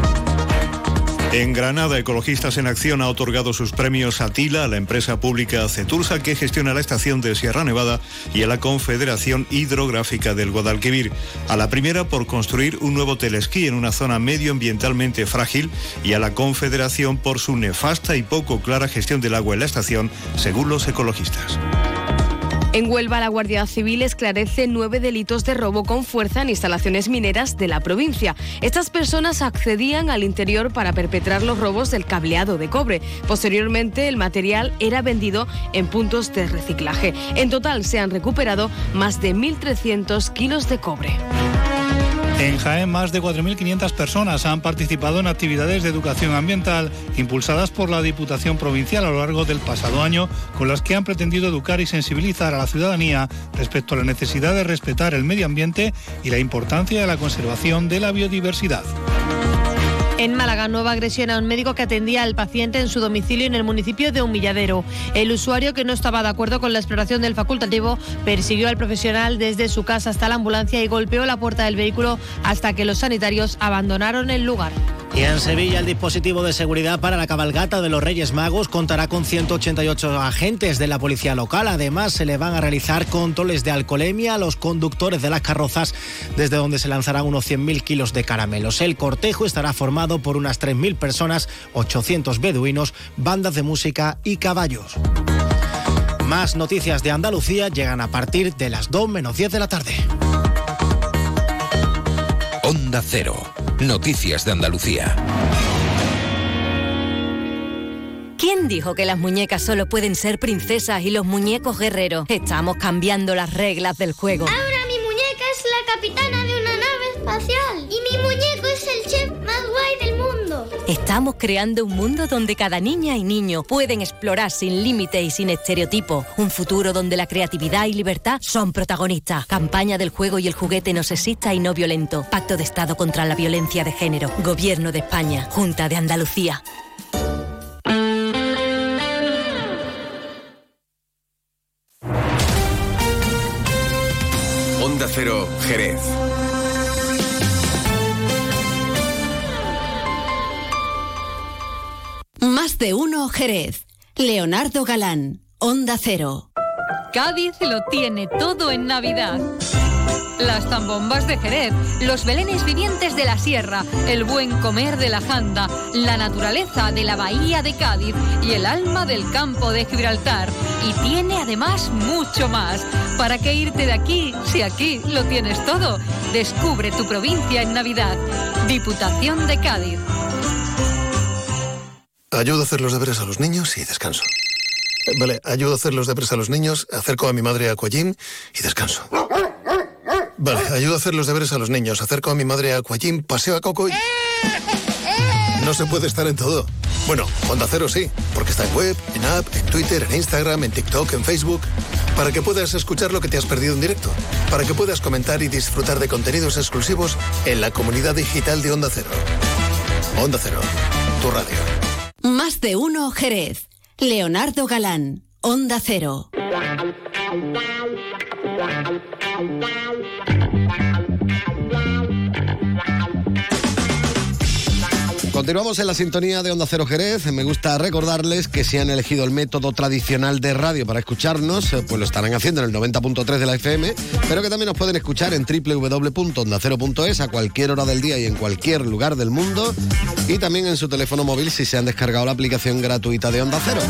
En Granada, Ecologistas en Acción ha otorgado sus premios a Tila, a la empresa pública Cetursa, que gestiona la estación de Sierra Nevada, y a la Confederación Hidrográfica del Guadalquivir. A la primera por construir un nuevo telesquí en una zona medioambientalmente frágil y a la Confederación por su nefasta y poco clara gestión del agua en la estación, según los ecologistas.
En Huelva, la Guardia Civil esclarece nueve delitos de robo con fuerza en instalaciones mineras de la provincia. Estas personas accedían al interior para perpetrar los robos del cableado de cobre. Posteriormente, el material era vendido en puntos de reciclaje. En total, se han recuperado más de mil trescientos kilos de cobre.
En Jaén, más de cuatro mil quinientas personas han participado en actividades de educación ambiental impulsadas por la Diputación Provincial a lo largo del pasado año, con las que han pretendido educar y sensibilizar a la ciudadanía respecto a la necesidad de respetar el medio ambiente y la importancia de la conservación de la biodiversidad.
En Málaga, nueva agresión a un médico que atendía al paciente en su domicilio en el municipio de Humilladero. El usuario, que no estaba de acuerdo con la exploración del facultativo, persiguió al profesional desde su casa hasta la ambulancia y golpeó la puerta del vehículo hasta que los sanitarios abandonaron el lugar.
Y en Sevilla, el dispositivo de seguridad para la cabalgata de los Reyes Magos contará con ciento ochenta y ocho agentes de la policía local. Además, se le van a realizar controles de alcoholemia a los conductores de las carrozas, desde donde se lanzarán unos cien mil kilos de caramelos. El cortejo estará formado por unas tres mil personas, ochocientos beduinos, bandas de música y caballos. Más noticias de Andalucía llegan a partir de las dos menos diez de la tarde.
Onda Cero. Noticias de Andalucía.
¿Quién dijo que las muñecas solo pueden ser princesas y los muñecos guerreros? Estamos cambiando las reglas del juego.
Ahora mi muñeca es la capitana de una nave espacial. Y mi muñeco es el chef más guay del mundo.
Estamos creando un mundo donde cada niña y niño pueden explorar sin límites y sin estereotipos. Un futuro donde la creatividad y libertad son protagonistas. Campaña del juego y el juguete no sexista y no violento. Pacto de Estado contra la violencia de género. Gobierno de España. Junta de Andalucía.
Onda Cero, Jerez.
Más de uno, Jerez. Leonardo Galán, Onda Cero.
Cádiz lo tiene todo en Navidad. Las zambombas de Jerez, los belenes vivientes de la sierra, el buen comer de la janda, la naturaleza de la bahía de Cádiz y el alma del campo de Gibraltar. Y tiene además mucho más. ¿Para qué irte de aquí si aquí lo tienes todo? Descubre tu provincia en Navidad. Diputación de Cádiz.
Ayudo a hacer los deberes a los niños y descanso. Vale, ayudo a hacer los deberes a los niños, acerco a mi madre a Aquagym y descanso. Vale, ayudo a hacer los deberes a los niños, acerco a mi madre a Aquagym, paseo a Coco y... No se puede estar en todo. Bueno, Onda Cero sí, porque está en web, en app, en Twitter, en Instagram, en TikTok, en Facebook. Para que puedas escuchar lo que te has perdido en directo. Para que puedas comentar y disfrutar de contenidos exclusivos en la comunidad digital de Onda Cero. Onda Cero, tu radio.
Más de uno, Jerez. Leonardo Galán, Onda Cero.
Continuamos en la sintonía de Onda Cero Jerez. Me gusta recordarles que si han elegido el método tradicional de radio para escucharnos, pues lo estarán haciendo en el noventa punto tres de la F M, pero que también nos pueden escuchar en doble u doble u doble u punto onda cero punto es a cualquier hora del día y en cualquier lugar del mundo, y también en su teléfono móvil si se han descargado la aplicación gratuita de Onda Cero.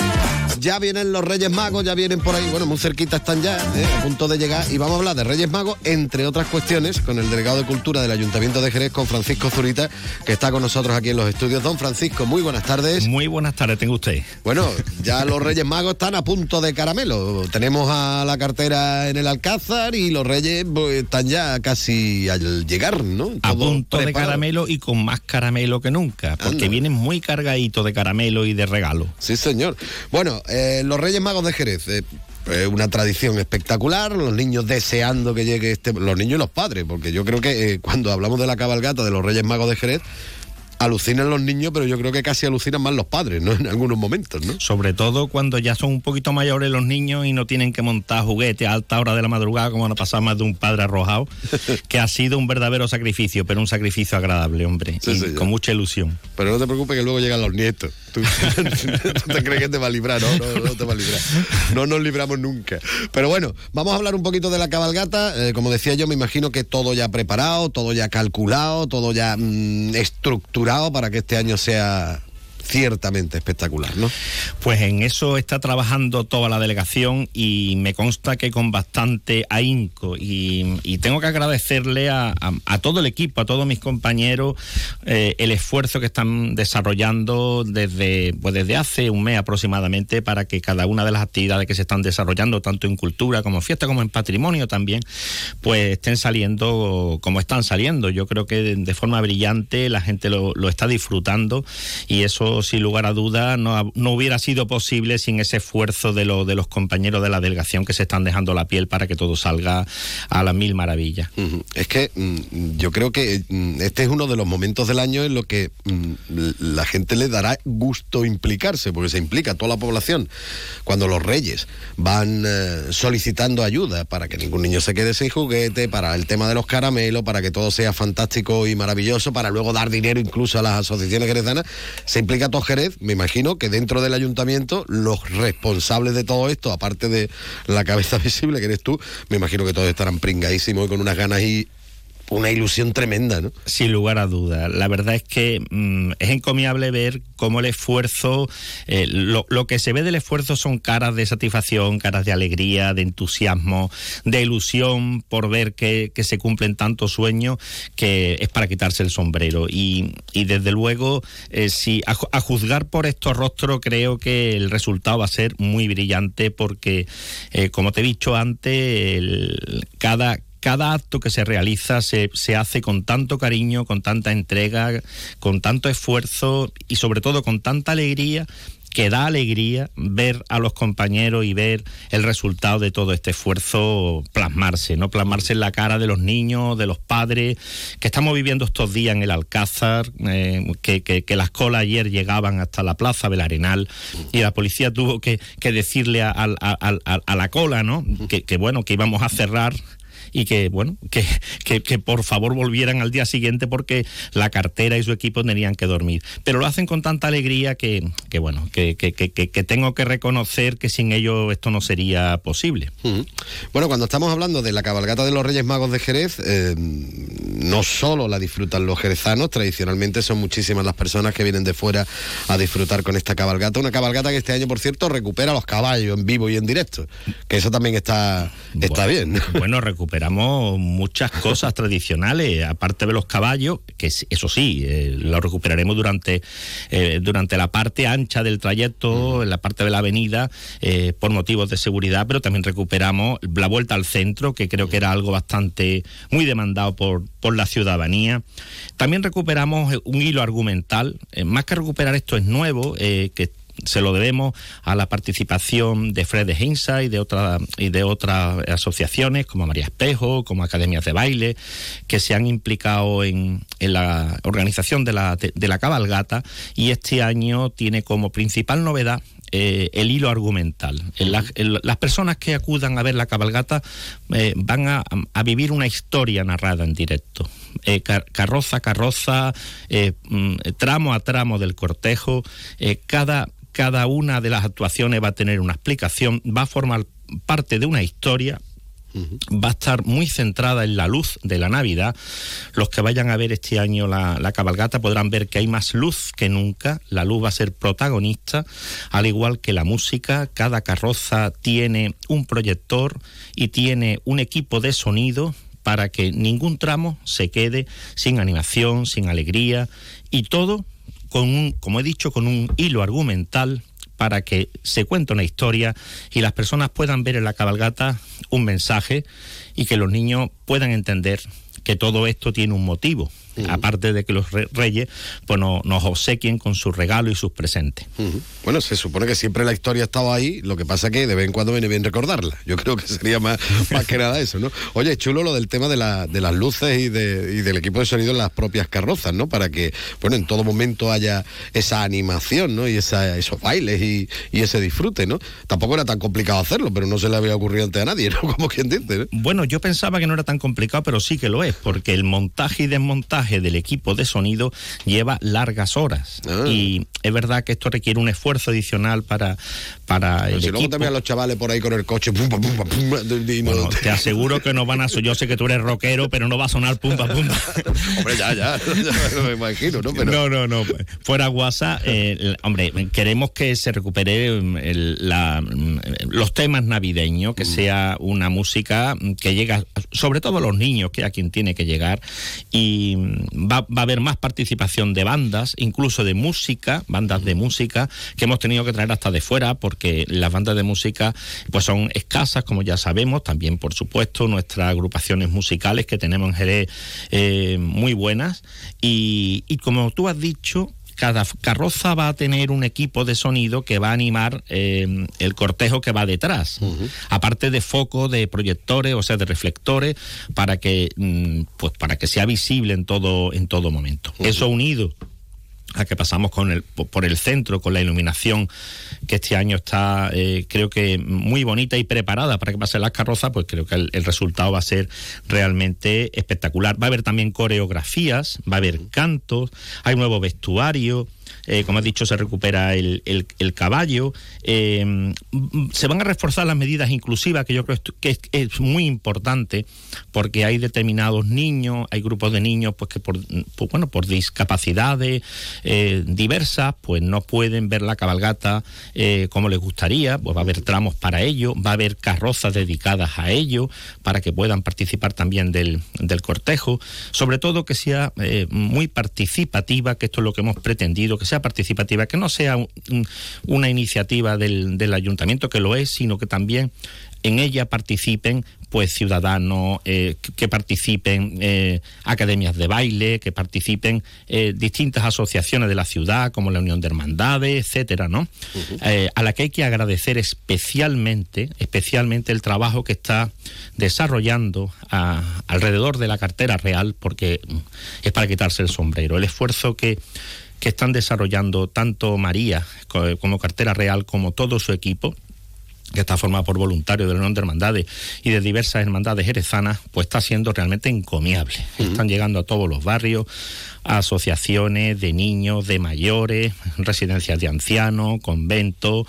Ya vienen los Reyes Magos, ya vienen por ahí, bueno, muy cerquita están ya, ¿eh? A punto de llegar, y vamos a hablar de Reyes Magos, entre otras cuestiones, con el delegado de Cultura del Ayuntamiento de Jerez, con Francisco Zurita, que está con nosotros aquí en los estudios. Don Francisco, muy buenas tardes.
Muy buenas tardes, tengo usted.
Bueno, ya los Reyes Magos están a punto de caramelo. Tenemos a la cartera en el Alcázar y los Reyes pues, están ya casi al llegar, ¿no? Todo
a punto
preparado.
De caramelo y con más caramelo que nunca, porque
Anda.
Vienen muy cargaditos de caramelo y de regalo.
Sí, señor. Bueno, eh, los Reyes Magos de Jerez, eh, eh, una tradición espectacular, los niños deseando que llegue este... Los niños y los padres, porque yo creo que eh, cuando hablamos de la cabalgata de los Reyes Magos de Jerez, alucinan los niños, pero yo creo que casi alucinan más los padres, ¿no? En algunos momentos, ¿no?
Sobre todo cuando ya son un poquito mayores los niños y no tienen que montar juguetes a alta hora de la madrugada, como nos pasa más de un padre arrojado, que ha sido un verdadero sacrificio, pero un sacrificio agradable, hombre, sí, y sí, con mucha ilusión.
Pero no te preocupes que luego llegan los nietos. ¿Tú, ¿tú te crees que te va a librar? No, no, no te va a librar. No nos libramos nunca. Pero bueno, vamos a hablar un poquito de la cabalgata. Eh, como decía yo, me imagino que todo ya preparado, todo ya calculado, todo ya mmm, estructurado para que este año sea ciertamente espectacular, ¿no?
Pues en eso está trabajando toda la delegación y me consta que con bastante ahínco y, y tengo que agradecerle a, a, a todo el equipo, a todos mis compañeros eh, el esfuerzo que están desarrollando desde, pues desde hace un mes aproximadamente para que cada una de las actividades que se están desarrollando, tanto en cultura como en fiesta como en patrimonio también, pues estén saliendo como están saliendo. Yo creo que de, de forma brillante la gente lo, lo está disfrutando y eso esto, sin lugar a duda, no, no hubiera sido posible sin ese esfuerzo de, lo, de los compañeros de la delegación que se están dejando la piel para que todo salga a las mil maravillas.
Uh-huh. Es que mm, yo creo que mm, este es uno de los momentos del año en los que mm, la gente le dará gusto implicarse, porque se implica toda la población. Cuando los reyes van eh, solicitando ayuda para que ningún niño se quede sin juguete, para el tema de los caramelos, para que todo sea fantástico y maravilloso, para luego dar dinero incluso a las asociaciones jerezanas, se implica todo Jerez. Me imagino que dentro del ayuntamiento los responsables de todo esto, aparte de la cabeza visible que eres tú, me imagino que todos estarán pringadísimos y con unas ganas y una ilusión tremenda, ¿no?
Sin lugar a dudas. La verdad es que mmm, es encomiable ver cómo el esfuerzo, eh, lo, lo que se ve del esfuerzo son caras de satisfacción, caras de alegría, de entusiasmo, de ilusión por ver que, que se cumplen tantos sueños, que es para quitarse el sombrero. Y, y desde luego, eh, si a, a juzgar por estos rostros, creo que el resultado va a ser muy brillante porque, eh, como te he dicho antes, el, cada... Cada acto que se realiza se, se hace con tanto cariño, con tanta entrega, con tanto esfuerzo y sobre todo con tanta alegría, que da alegría ver a los compañeros y ver el resultado de todo este esfuerzo plasmarse, ¿no? Plasmarse en la cara de los niños, de los padres, que estamos viviendo estos días en el Alcázar, eh, que, que, que las colas ayer llegaban hasta la Plaza del Arenal y la policía tuvo que, que decirle a, a, a, a, a la cola, ¿no? Que, que bueno, que íbamos a cerrar y que, bueno, que, que, que por favor volvieran al día siguiente porque la cartera y su equipo tenían que dormir. Pero lo hacen con tanta alegría que, que bueno, que, que, que, que tengo que reconocer que sin ello esto no sería posible.
Uh-huh. Bueno, cuando estamos hablando de la cabalgata de los Reyes Magos de Jerez, eh, no solo la disfrutan los jerezanos, tradicionalmente son muchísimas las personas que vienen de fuera a disfrutar con esta cabalgata. Una cabalgata que este año, por cierto, recupera los caballos en vivo y en directo, que eso también está, está
bueno,
bien.
Bueno, recuperamos muchas cosas tradicionales, aparte de los caballos, que eso sí, eh, lo recuperaremos durante, eh, durante la parte ancha del trayecto, en la parte de la avenida, eh, por motivos de seguridad, pero también recuperamos la vuelta al centro, que creo que era algo bastante, muy demandado por, por la ciudadanía. También recuperamos un hilo argumental, eh, más que recuperar esto es nuevo, eh, que se lo debemos a la participación de Fred de Hinsa y de otras y de otras asociaciones como María Espejo, como academias de baile, que se han implicado en, en la organización de la, de, de la cabalgata, y este año tiene como principal novedad Eh, el hilo argumental. En la, en las personas que acudan a ver la cabalgata eh, van a, a vivir una historia narrada en directo. Eh, car carroza a carroza, eh, tramo a tramo del cortejo, eh, cada, cada una de las actuaciones va a tener una explicación, va a formar parte de una historia. Va a estar muy centrada en la luz de la Navidad. Los que vayan a ver este año la, la cabalgata podrán ver que hay más luz que nunca. La luz va a ser protagonista, al igual que la música. Cada carroza tiene un proyector y tiene un equipo de sonido para que ningún tramo se quede sin animación, sin alegría, y todo con un, como he dicho, con un hilo argumental, para que se cuente una historia y las personas puedan ver en la cabalgata un mensaje y que los niños puedan entender que todo esto tiene un motivo. Uh-huh. Aparte de que los re reyes pues no, nos obsequien con sus regalos y sus presentes.
Uh-huh. Bueno, se supone que siempre la historia ha estado ahí, lo que pasa que de vez en cuando viene bien recordarla. Yo creo que sería más, más que nada eso, ¿no? Oye, es chulo lo del tema de, la, de las luces y, de, y del equipo de sonido en las propias carrozas, ¿no? Para que, bueno, en todo momento haya esa animación, ¿no? Y esa, esos bailes y, y ese disfrute, ¿no? Tampoco era tan complicado hacerlo, pero no se le había ocurrido antes a nadie, ¿no? Como quien dice, ¿no?
Bueno, yo pensaba que no era tan complicado, pero sí que lo es, porque el montaje y desmontaje del equipo de sonido lleva largas horas. Ah. Y es verdad que esto requiere un esfuerzo adicional para, para
Pero
el
si
equipo.
luego también a los chavales por ahí con el coche, pum, pum, pum, pum, y no...
Bueno, te aseguro que no van a... Yo sé que tú eres rockero, pero no va a sonar pumpa, pumpa.
Hombre, ya, ya, ya me imagino, ¿no? Pero...
No, no, no. Fuera guasa, eh, hombre, queremos que se recupere el, la, los temas navideños, que mm. sea una música que llega, sobre todo a los niños, que es a quien tiene que llegar, y va, va a haber más participación de bandas, incluso de música, bandas de música, que hemos tenido que traer hasta de fuera, porque las bandas de música pues son escasas, como ya sabemos. También, por supuesto, nuestras agrupaciones musicales que tenemos en Jerez, eh, muy buenas, y, y como tú has dicho, cada carroza va a tener un equipo de sonido que va a animar eh, el cortejo que va detrás, uh-huh. aparte de focos, de proyectores, o sea, de reflectores, para que mm, pues para que sea visible en todo en todo momento. Uh-huh. Eso unido a que pasamos con el, por el centro, con la iluminación que este año está, eh, creo que muy bonita y preparada para que pasen las carrozas, pues creo que el, el resultado va a ser realmente espectacular. Va a haber también coreografías, va a haber cantos, hay nuevo vestuario. Eh, como has dicho, se recupera el, el, el caballo, eh, se van a reforzar las medidas inclusivas, que yo creo que es, es muy importante, porque hay determinados niños, hay grupos de niños pues que por, pues, bueno, por discapacidades eh, diversas, pues no pueden ver la cabalgata eh, como les gustaría, pues va a haber tramos para ello, va a haber carrozas dedicadas a ello, para que puedan participar también del, del cortejo, sobre todo que sea eh, muy participativa, que esto es lo que hemos pretendido, que sea participativa, que no sea un, una iniciativa del, del ayuntamiento, que lo es, sino que también en ella participen pues ciudadanos, eh, que participen eh, academias de baile, que participen eh, distintas asociaciones de la ciudad, como la Unión de Hermandades, etcétera, ¿no? Uh-huh. Eh, a la que hay que agradecer especialmente, especialmente el trabajo que está desarrollando a, alrededor de la cartera real, porque es para quitarse el sombrero. El esfuerzo que que están desarrollando tanto María como Cartera Real, como todo su equipo, que está formado por voluntarios de la Unión de Hermandades y de diversas hermandades jerezanas, pues está siendo realmente encomiable. Uh-huh. Están llegando a todos los barrios, a asociaciones de niños, de mayores, residencias de ancianos, conventos.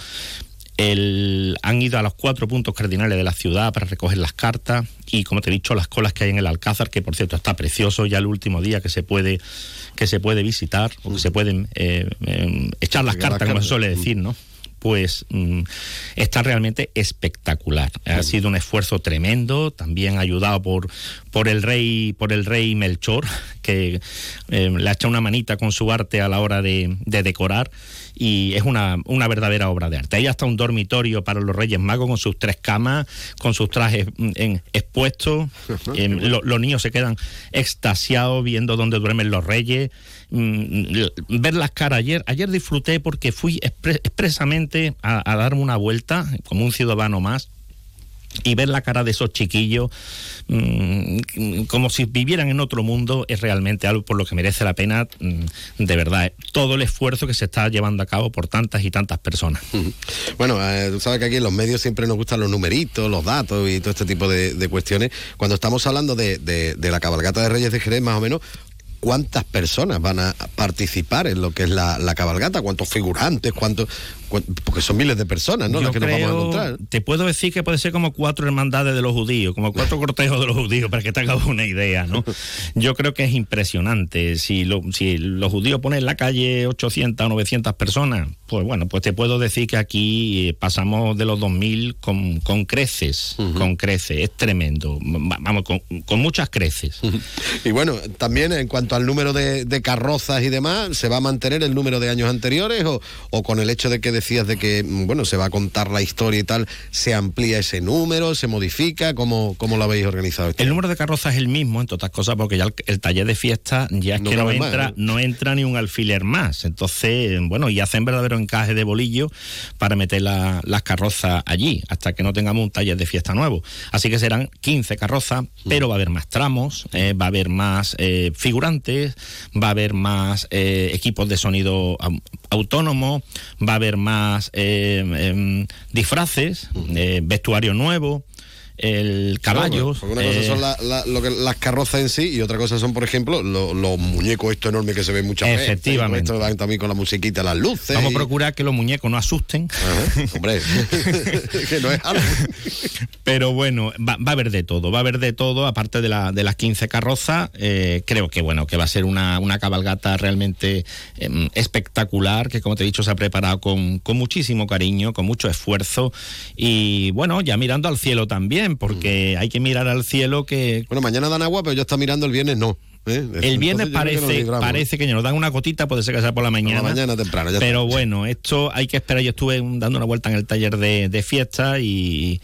El, han ido a los cuatro puntos cardinales de la ciudad para recoger las cartas, y como te he dicho, las colas que hay en el Alcázar, que por cierto está precioso, ya el último día que se puede que se puede visitar, o que se pueden eh, eh, echar las cartas, las como se suele decir, ¿no? Pues mm, está realmente espectacular. Sí. Ha sido un esfuerzo tremendo, también ayudado por por el rey por el rey Melchor, que eh, le ha echado una manita con su arte a la hora de, de decorar, y es una, una verdadera obra de arte. Hay hasta un dormitorio para los Reyes Magos con sus tres camas, con sus trajes en, expuestos. Uh-huh. Eh, lo, los niños se quedan extasiados viendo dónde duermen los reyes. Mm, ver las caras ayer, ayer disfruté porque fui expre- expresamente a, a darme una vuelta como un ciudadano más, y ver la cara de esos chiquillos mmm, como si vivieran en otro mundo es realmente algo por lo que merece la pena, mmm, de verdad, todo el esfuerzo que se está llevando a cabo por tantas y tantas personas.
Bueno, eh, tú sabes que aquí en los medios siempre nos gustan los numeritos, los datos y todo este tipo de, de cuestiones. Cuando estamos hablando de, de, de la cabalgata de Reyes de Jerez, más o menos, ¿cuántas personas van a participar en lo que es la, la cabalgata? ¿Cuántos figurantes? ¿Cuántos? Porque son miles de personas, ¿no?
Yo
las que
creo,
nos vamos a encontrar.
Te puedo decir que puede ser como cuatro hermandades de los judíos, como cuatro cortejos de los judíos, para que te hagas una idea, ¿no? Yo creo que es impresionante. Si, lo, si los judíos ponen en la calle ochocientas o novecientas personas, pues bueno, pues te puedo decir que aquí pasamos de los dos mil con, con creces, uh-huh. con creces. Es tremendo. Vamos, con, con muchas creces.
Uh-huh. Y bueno, también en cuanto al número de, de carrozas y demás, ¿se va a mantener el número de años anteriores o, o con el hecho de que decías de que, bueno, se va a contar la historia y tal, se amplía ese número, se modifica? ¿Cómo, cómo lo habéis organizado?
El número de carrozas es el mismo, entre otras cosas, porque ya el, el taller de fiesta ya es no que no entra, más, ¿no? no entra ni un alfiler más. Entonces, bueno, y hacen verdadero encaje de bolillo para meter la, las carrozas allí, hasta que no tengamos un taller de fiesta nuevo. Así que serán quince carrozas, mm. pero va a haber más tramos, eh, va a haber más eh, figurantes, va a haber más eh, equipos de sonido autónomos, va a haber más eh, eh, disfraces, eh, vestuario nuevo, el caballo.
Claro, una cosa eh, son la, la, lo que, las carrozas en sí, y otra cosa son, por ejemplo, lo, los muñecos estos enormes que se ven muchas veces.
Efectivamente.
Esto van también con la musiquita, las luces.
Vamos
y...
a procurar que los muñecos no asusten.
Ajá, hombre, que no es algo.
Pero bueno, va, va a haber de todo, va a haber de todo, aparte de, la, de las quince carrozas. Eh, creo que bueno, que va a ser una, una cabalgata realmente eh, espectacular, que como te he dicho se ha preparado con, con muchísimo cariño, con mucho esfuerzo, y bueno, ya mirando al cielo también, porque hay que mirar al cielo que...
Bueno, mañana dan agua, pero ya está mirando el viernes, no. ¿eh?
El viernes
Entonces,
parece que, parece que nos dan una gotita, puede ser que sea por la mañana.
Por la mañana temprano, ya
Pero
está.
bueno, esto hay que esperar. Yo estuve dando una vuelta en el taller de, de fiesta y,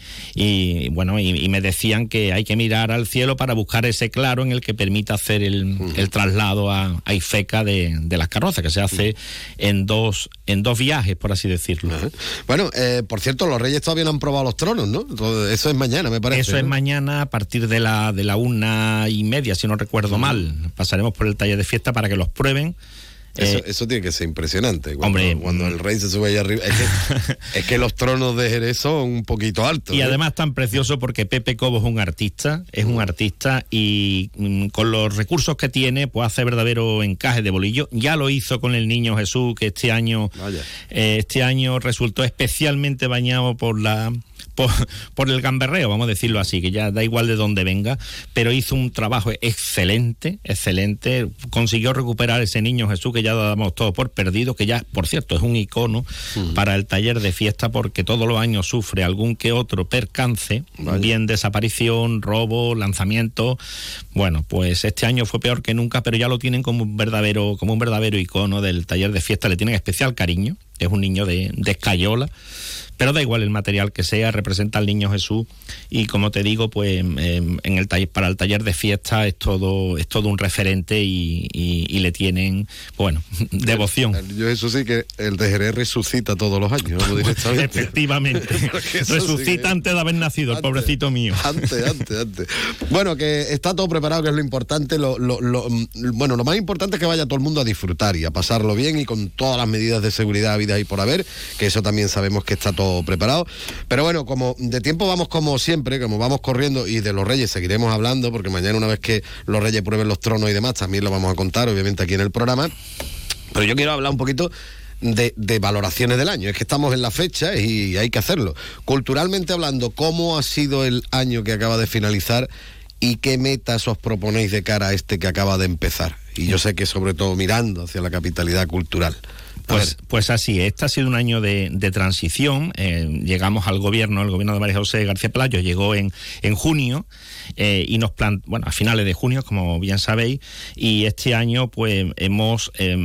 y bueno, y, y me decían que hay que mirar al cielo para buscar ese claro en el que permita hacer el, uh-huh. el traslado a, a Ifeca de, de las carrozas, que se hace uh-huh. en dos en dos viajes, por así decirlo.
Uh-huh. Bueno, eh, por cierto, los Reyes todavía no han probado los tronos, ¿no? Eso es mañana, me parece.
Eso
¿no?
es mañana a partir de la de la una y media, si no recuerdo uh-huh. mal. Pasaremos por el taller de fiesta para que los prueben.
Eso,
eh,
eso tiene que ser impresionante. Cuando,
hombre,
cuando el rey se sube ahí arriba. Es que, es que los tronos de Jerez son un poquito altos.
Y
¿eh?
además tan precioso porque Pepe Cobo es un artista, es un artista y mm, con los recursos que tiene, pues hace verdadero encaje de bolillo. Ya lo hizo con el Niño Jesús, que este año, eh, este año resultó especialmente bañado por la... Por, por el gamberreo, vamos a decirlo así, que ya da igual de dónde venga, pero hizo un trabajo excelente, excelente, consiguió recuperar ese Niño Jesús que ya damos todo por perdido, que ya, por cierto, es un icono uh-huh. para el taller de fiesta porque todos los años sufre algún que otro percance, Vaya. bien desaparición, robo, lanzamiento. Bueno, pues este año fue peor que nunca, pero ya lo tienen como un verdadero, como un verdadero icono del taller de fiesta, le tienen especial cariño, es un niño de, de escayola. Pero da igual el material que sea, representa al Niño Jesús y como te digo, pues eh, en el taller, para el taller de fiesta es todo es todo un referente y, y, y le tienen, bueno, devoción.
El, el, yo eso sí que el de Jerez resucita todos los años, ¿no? Directamente.
Efectivamente, resucita sí que... antes de haber nacido, antes, el pobrecito mío.
Antes, antes, antes. Bueno, que está todo preparado, que es lo importante, lo, lo, lo, bueno, lo más importante es que vaya todo el mundo a disfrutar y a pasarlo bien y con todas las medidas de seguridad habidas y por haber, que eso también sabemos que está todo preparado, pero bueno, como de tiempo vamos como siempre, como vamos corriendo y de los Reyes seguiremos hablando porque mañana una vez que los Reyes prueben los tronos y demás también lo vamos a contar obviamente aquí en el programa, pero yo quiero hablar un poquito de, de valoraciones del año, es que estamos en la fecha y hay que hacerlo. Culturalmente hablando, ¿cómo ha sido el año que acaba de finalizar y qué metas os proponéis de cara a este que acaba de empezar? Y yo sé que sobre todo mirando hacia la capitalidad cultural.
Pues, pues así, este ha sido un año de, de transición. Eh, llegamos al gobierno, el gobierno de María José García Pelayo llegó en, en junio eh, y nos plan, bueno, a finales de junio, como bien sabéis, y este año pues hemos, eh,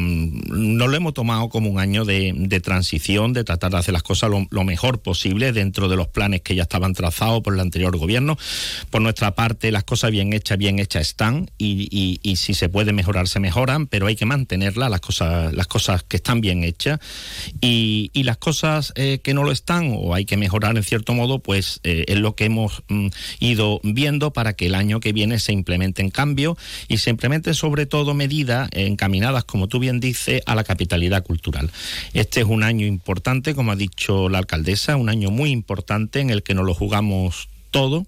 mm, nos lo hemos tomado como un año de, de transición, de tratar de hacer las cosas lo, lo mejor posible dentro de los planes que ya estaban trazados por el anterior gobierno. Por nuestra parte, las cosas bien hechas, bien hechas están y, y, y si se puede mejorar, se mejoran, pero hay que mantenerlas, las cosas, las cosas que están bien hechas y, y las cosas eh, que no lo están o hay que mejorar en cierto modo, pues eh, es lo que hemos mm, ido viendo para que el año que viene se implementen cambios y se implementen sobre todo medidas encaminadas, como tú bien dices, a la capitalidad cultural. Este es un año importante, como ha dicho la alcaldesa, un año muy importante en el que nos lo jugamos todo.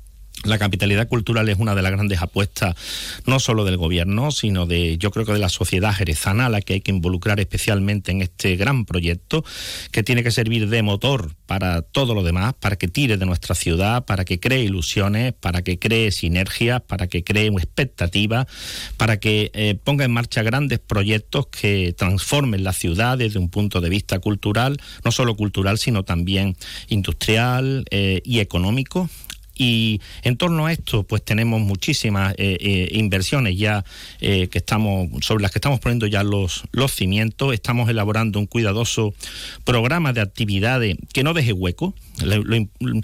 La capitalidad cultural es una de las grandes apuestas, no solo del gobierno, sino de, yo creo que de la sociedad jerezana, a la que hay que involucrar especialmente en este gran proyecto, que tiene que servir de motor para todo lo demás, para que tire de nuestra ciudad, para que cree ilusiones, para que cree sinergias, para que cree expectativas, para que eh, ponga en marcha grandes proyectos que transformen la ciudad desde un punto de vista cultural, no solo cultural, sino también industrial eh, y económico. Y en torno a esto, pues tenemos muchísimas eh, eh, inversiones ya eh, que estamos sobre las que estamos poniendo ya los los cimientos. Estamos elaborando un cuidadoso programa de actividades que no deje hueco. La, lo,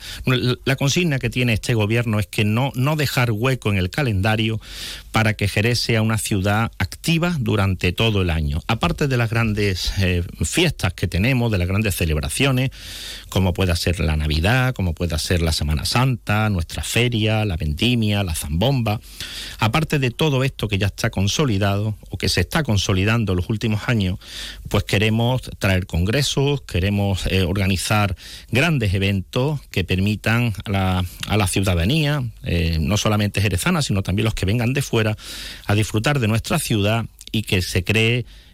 la consigna que tiene este gobierno es que no, no dejar hueco en el calendario para que Jerez sea una ciudad activa durante todo el año. Aparte de las grandes eh, fiestas que tenemos, de las grandes celebraciones, como pueda ser la Navidad, como pueda ser la Semana Santa, nuestra feria, la vendimia, la zambomba. Aparte de todo esto que ya está consolidado o que se está consolidando en los últimos años, pues queremos traer congresos, queremos eh, organizar grandes eventos que permitan a la, a la ciudadanía, eh, no solamente jerezana, sino también los que vengan de fuera, a disfrutar de nuestra ciudad y que se cree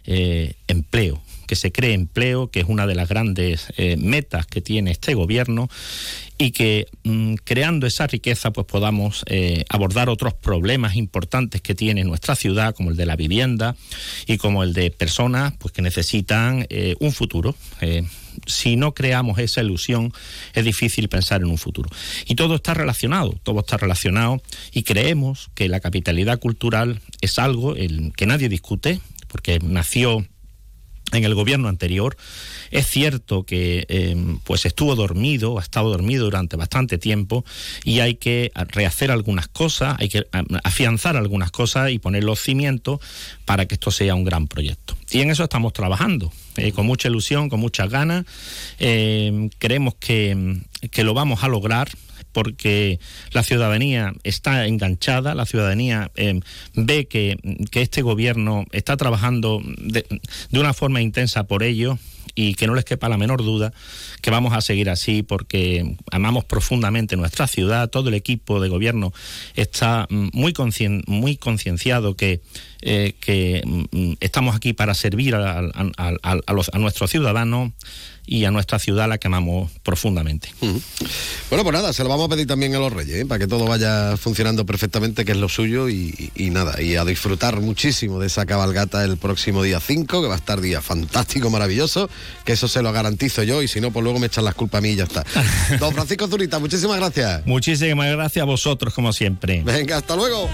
eh, empleo, que se cree empleo, que es una de las grandes eh, metas que tiene este gobierno, y que mmm, creando esa riqueza pues podamos eh, abordar otros problemas importantes que tiene nuestra ciudad, como el de la vivienda y como el de personas pues que necesitan eh, un futuro. Eh, si no creamos esa ilusión, es difícil pensar en un futuro. Y todo está relacionado, todo está relacionado, y creemos que la capitalidad cultural es algo el, que nadie discute, porque nació en el gobierno anterior. Es cierto que eh, pues estuvo dormido, ha estado dormido durante bastante tiempo, y hay que rehacer algunas cosas, hay que afianzar algunas cosas y poner los cimientos para que esto sea un gran proyecto. Y en eso estamos trabajando, eh, con mucha ilusión, con muchas ganas. Eh, creemos que, que lo vamos a lograr, porque la ciudadanía está enganchada, la ciudadanía eh, ve que, que este gobierno está trabajando de, de una forma intensa por ello, y que no les quepa la menor duda que vamos a seguir así, porque amamos profundamente nuestra ciudad. Todo el equipo de gobierno está muy concien, muy concienciado que, eh, que mm, estamos aquí para servir a, a, a, a, los, a nuestros ciudadanos y a nuestra ciudad, la que amamos profundamente.
Uh-huh. Bueno, pues nada, se lo vamos a pedir también a los Reyes, ¿eh? Para que todo vaya funcionando perfectamente, que es lo suyo, y, y, y nada, y a disfrutar muchísimo de esa cabalgata el próximo día cinco, que va a estar día fantástico, maravilloso, que eso se lo garantizo yo, y si no, pues luego me echan las culpas a mí y ya está. Don Francisco Zurita, muchísimas gracias.
Muchísimas gracias a vosotros, como siempre.
Venga, hasta luego.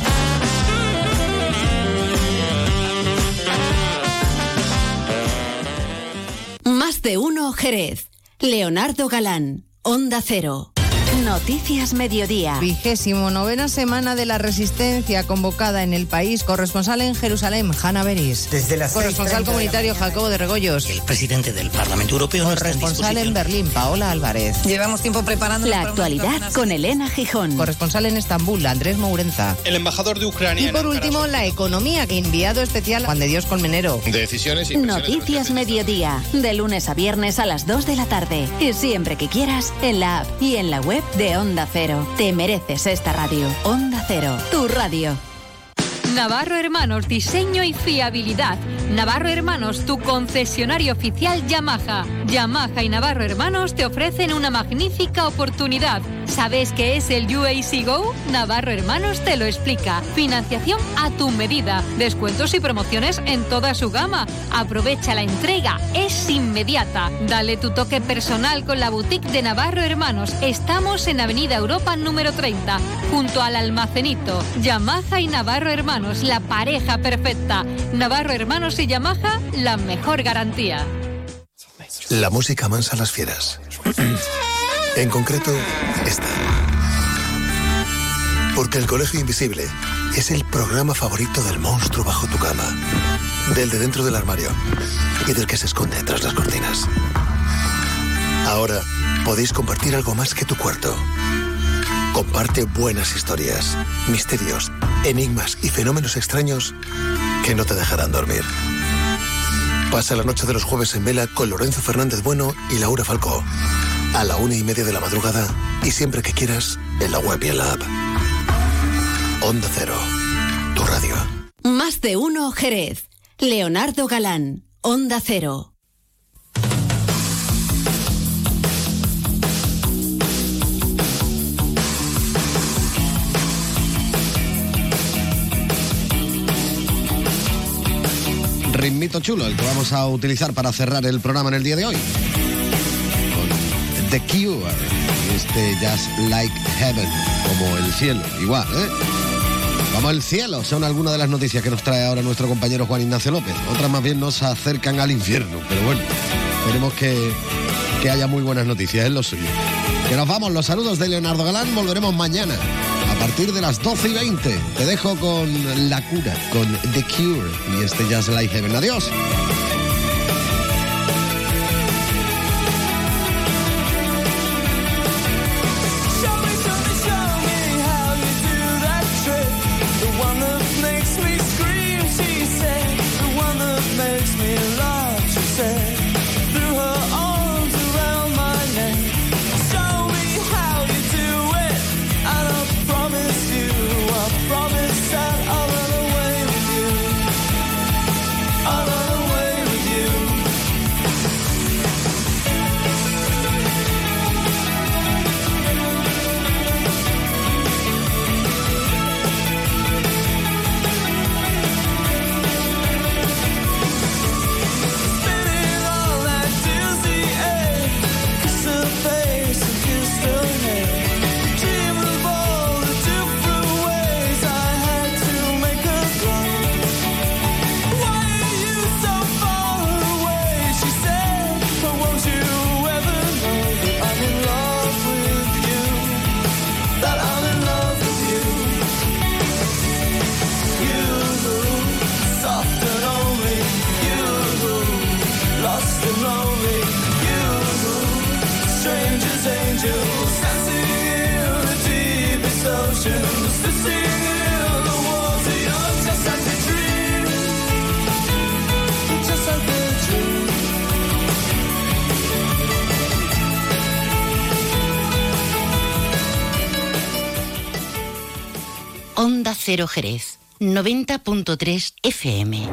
Más de uno Jerez. Leonardo Galán, Onda Cero. Noticias Mediodía.
Vigésimo novena semana de la resistencia convocada en el país. Corresponsal en Jerusalén, Hanna Beris.
Desde las
Corresponsal comunitario, de Jacobo de Regoyos.
El presidente del Parlamento Europeo.
Corresponsal en Berlín, Paola Álvarez.
Llevamos tiempo preparando
la actualidad con Elena Gijón.
Corresponsal en Estambul, Andrés Mourenza.
El embajador de Ucrania.
Y por último, la economía. Enviado especial Juan de Dios Colmenero.
De decisiones y
Noticias Mediodía. De lunes a viernes a las dos de la tarde. Y siempre que quieras, en la app y en la web de Onda Cero. Te mereces esta radio. Onda Cero, tu radio.
Navarro Hermanos, diseño y fiabilidad. Navarro Hermanos, tu concesionario oficial Yamaha. Yamaha y Navarro Hermanos te ofrecen una magnífica oportunidad. ¿Sabes qué es el U A C Go? Navarro Hermanos te lo explica. Financiación a tu medida. Descuentos y promociones en toda su gama. Aprovecha la entrega. Es inmediata. Dale tu toque personal con la boutique de Navarro Hermanos. Estamos en Avenida Europa número treinta, junto al Almacenito. Yamaha y Navarro Hermanos, la pareja perfecta. Navarro Hermanos y Yamaha, la mejor garantía.
La música amansa a las fieras. En concreto, esta. Porque El Colegio Invisible es el programa favorito del monstruo bajo tu cama, del de dentro del armario y del que se esconde tras las cortinas. Ahora podéis compartir algo más que tu cuarto. Comparte buenas historias, misterios, enigmas y fenómenos extraños que no te dejarán dormir. Pasa la noche de los jueves en vela con Lorenzo Fernández Bueno y Laura Falcó. A la una y media de la madrugada y siempre que quieras en la web y en la app. Onda Cero, tu radio.
Más de uno Jerez. Leonardo Galán, Onda Cero.
Ritmito chulo, el que vamos a utilizar para cerrar el programa en el día de hoy. Con The Cure y este Just Like Heaven, como el cielo, igual, ¿eh? Como el cielo, son algunas de las noticias que nos trae ahora nuestro compañero Juan Ignacio López. Otras más bien nos acercan al infierno, pero bueno, esperemos que, que haya muy buenas noticias, es lo suyo. Que nos vamos, los saludos de Leonardo Galán, volveremos mañana a partir de las doce y veinte. Te dejo con La Cura, con The Cure y este Just Like Heaven. Adiós.
All
Cero Jerez, noventa punto tres F M.